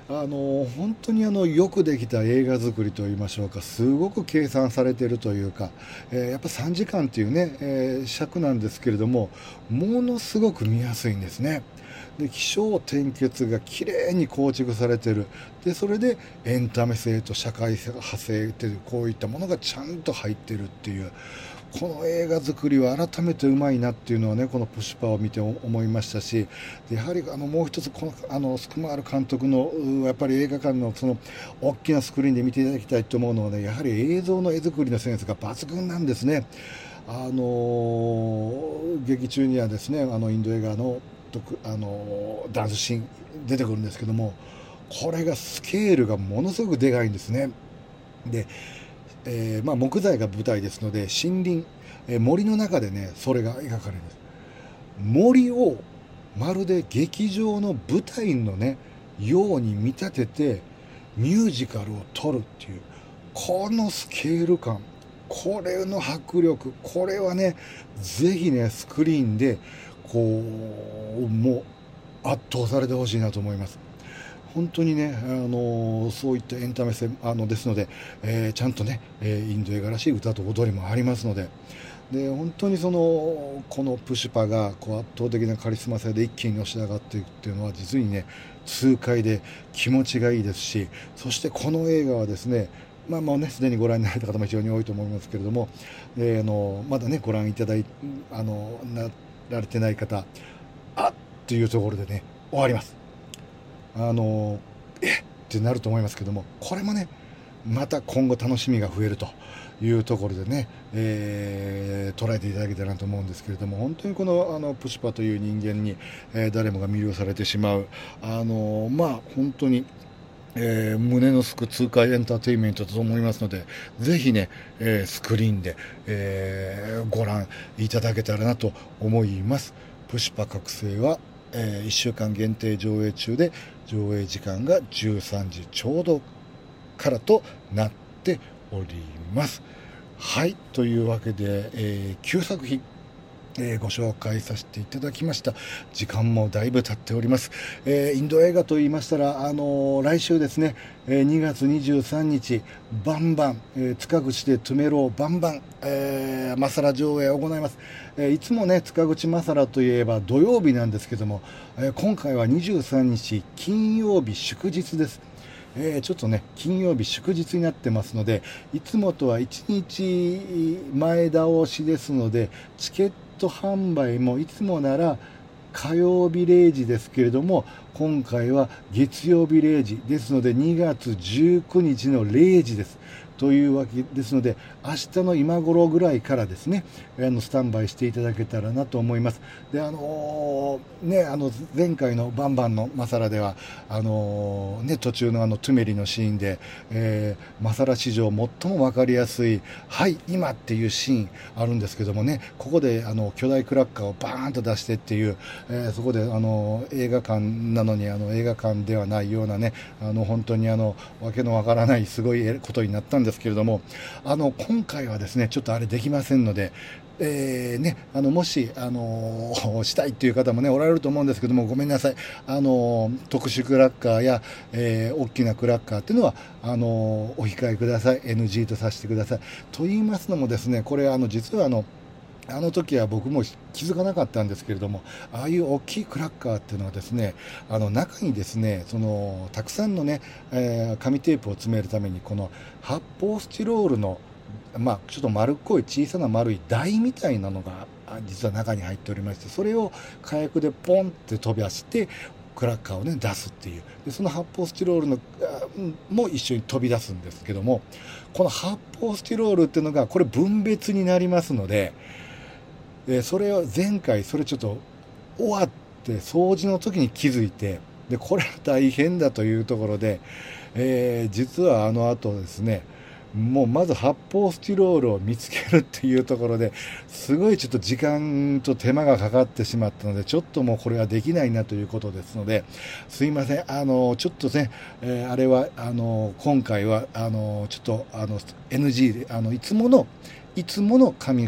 あの本当にあのよくできた映画作りといいましょうか、すごく計算されているというか、えー、やっぱさんじかんっていうね、えー、尺なんですけれども、ものすごく見やすいんですね。で起承転結がきれいに構築されている。でそれでエンタメ性と社会派性っていうこういったものがちゃんと入っているっていう、この映画作りは改めてうまいなっていうのはね、このプシュパを見て思いましたし、でやはりあのもう一つこのあのスクマール監督のやっぱり映画館のその大きなスクリーンで見ていただきたいと思うのはね、やはり映像の絵作りのセンスが抜群なんですね。あの劇中にはですね、あのインド映画のあのダンスシーン出てくるんですけども、これがスケールがものすごくでかいんですね。でえーまあ、木材が舞台ですので森林、えー、森の中でねそれが描かれるんです。森をまるで劇場の舞台のねように見立ててミュージカルを撮るっていうこのスケール感、これの迫力、これはねぜひねスクリーンでこうもう圧倒されてほしいなと思います。本当にね、あのそういったエンタメ性あのですので、えー、ちゃんとね、えー、インド映画らしい歌と踊りもありますので、で本当にそのこのプシュパがこう圧倒的なカリスマ性で一気にのし上がっていくっていうのは実にね痛快で気持ちがいいですし、そしてこの映画はですね、まあもうねすでにご覧になられた方も非常に多いと思いますけれども、えー、あのまだねご覧いただいあのなられてない方、あっというところでね終わります。あのえってなると思いますけども、これもねまた今後楽しみが増えるというところでね、えー、捉えていただけたらなと思うんですけれども、本当にこのあのプシュパという人間に、えー、誰もが魅了されてしまう、あのまあ本当にえー、胸のすく痛快エンターテインメントだと思いますので、ぜひね、えー、スクリーンで、えー、ご覧いただけたらなと思います。プシュパ覚醒は、えー、いっしゅうかん限定上映中で、上映時間がじゅうさんじちょうどからとなっております。はい、というわけで、えー、きゅうさくひんえー、ご紹介させていただきました。時間もだいぶ経っております。えー、インド映画と言いましたら、あのー、来週ですね、えー、にがつにじゅうさんにちバンバン、えー、塚口でトゥメローバンバン、えー、マサラ上映を行います。えー、いつもね塚口マサラといえば土曜日なんですけども、えー、今回はにじゅうさんにち金曜日祝日です。えー、ちょっとね金曜日祝日になってますので、いつもとはいちにちまえ倒しですので、チケット販売もいつもなら火曜日れいじですけれども、今回は月曜日れいじですのでにがつじゅうくにちのれいじです。というわけですので、明日の今頃ぐらいからですね、あのスタンバイしていただけたらなと思います。で、あのー、ね、あの前回のバンバンのマサラでは、あのー、ね、途中のあのトゥメリのシーンで、えー、マサラ史上最も分かりやすい、はい今っていうシーンあるんですけどもね、ここであの巨大クラッカーをバーンと出してっていう、えー、そこであの映画館なのにあの映画館ではないようなね、あの本当にあのわけのわからないすごいことになったんですけれども、あの今回はですねちょっとあれできませんので、えーね、あのもし、あのー、したいという方もねおられると思うんですけども、ごめんなさい、あのー、特殊クラッカーや、えー、大きなクラッカーっていうのはあのー、お控えください。 エヌジー とさせてください。と言いますのもですね、これあの実はあのあの時は僕も気づかなかったんですけれども、ああいう大きいクラッカーっていうのはですね、あの中にですねそのたくさんのね、えー、紙テープを詰めるためにこの発泡スチロールのまあ、ちょっと丸っこい小さな丸い台みたいなのが実は中に入っておりまして、それを火薬でポンって飛び出してクラッカーをね出すっていう、でその発泡スチロールのも一緒に飛び出すんですけども、この発泡スチロールっていうのがこれ分別になりますので、でそれを前回それちょっと終わって掃除の時に気づいて、でこれは大変だというところで、えー、実はあの後ですね、もうまず発泡スチロールを見つけるっていうところですごいちょっと時間と手間がかかってしまったので、ちょっともうこれはできないなということですので、すいません、あのちょっとね、えー、あれはあの今回はあのちょっとあの エヌジー であのいつものいつもの紙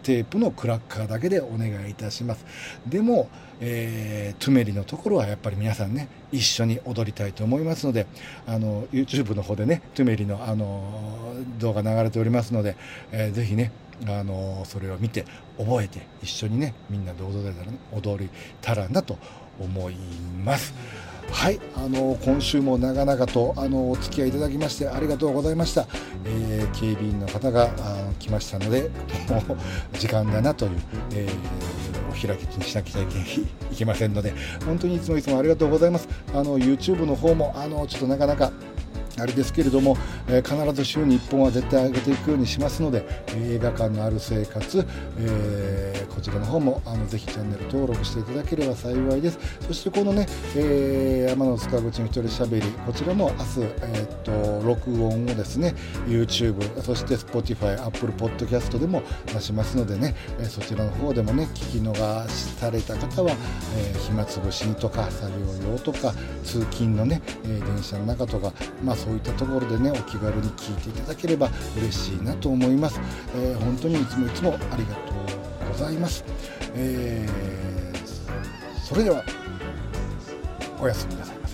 テープのクラッカーだけでお願いいたします。でも、えー、トゥメリのところはやっぱり皆さんね一緒に踊りたいと思いますので、あの YouTube の方でねトゥメリの、あの動画流れておりますので、えー、ぜひねあのそれを見て覚えて一緒にねみんなで踊れたら、ね、踊りたらなと思います。はい、あの今週も長々とあのお付き合いいただきましてありがとうございました。えー、警備員の方があ来ましたのでもう時間だなという、えー、お開きにしなきゃいけいけませんので、本当にいつもいつもありがとうございます。あの YouTube の方もあのちょっとなかなかあれですけれども、えー、必ず週にいっぽんは絶対上げていくようにしますので、映画館のある生活、えー、こちらの方もあのぜひチャンネル登録していただければ幸いです。そしてこのね、えー、天野塚口の一人しゃべり、こちらも明日、えー、っと録音をですね YouTube、 そして Spotify、Apple Podcast でも出しますのでね、えー、そちらの方でもね聞き逃された方は、えー、暇つぶしとか作業用とか通勤のね、えー、電車の中とか、まあそういったところでねお気軽に聞いていただければ嬉しいなと思います。えー、本当にいつもいつもありがとうございます。えー、それではおやすみなさい。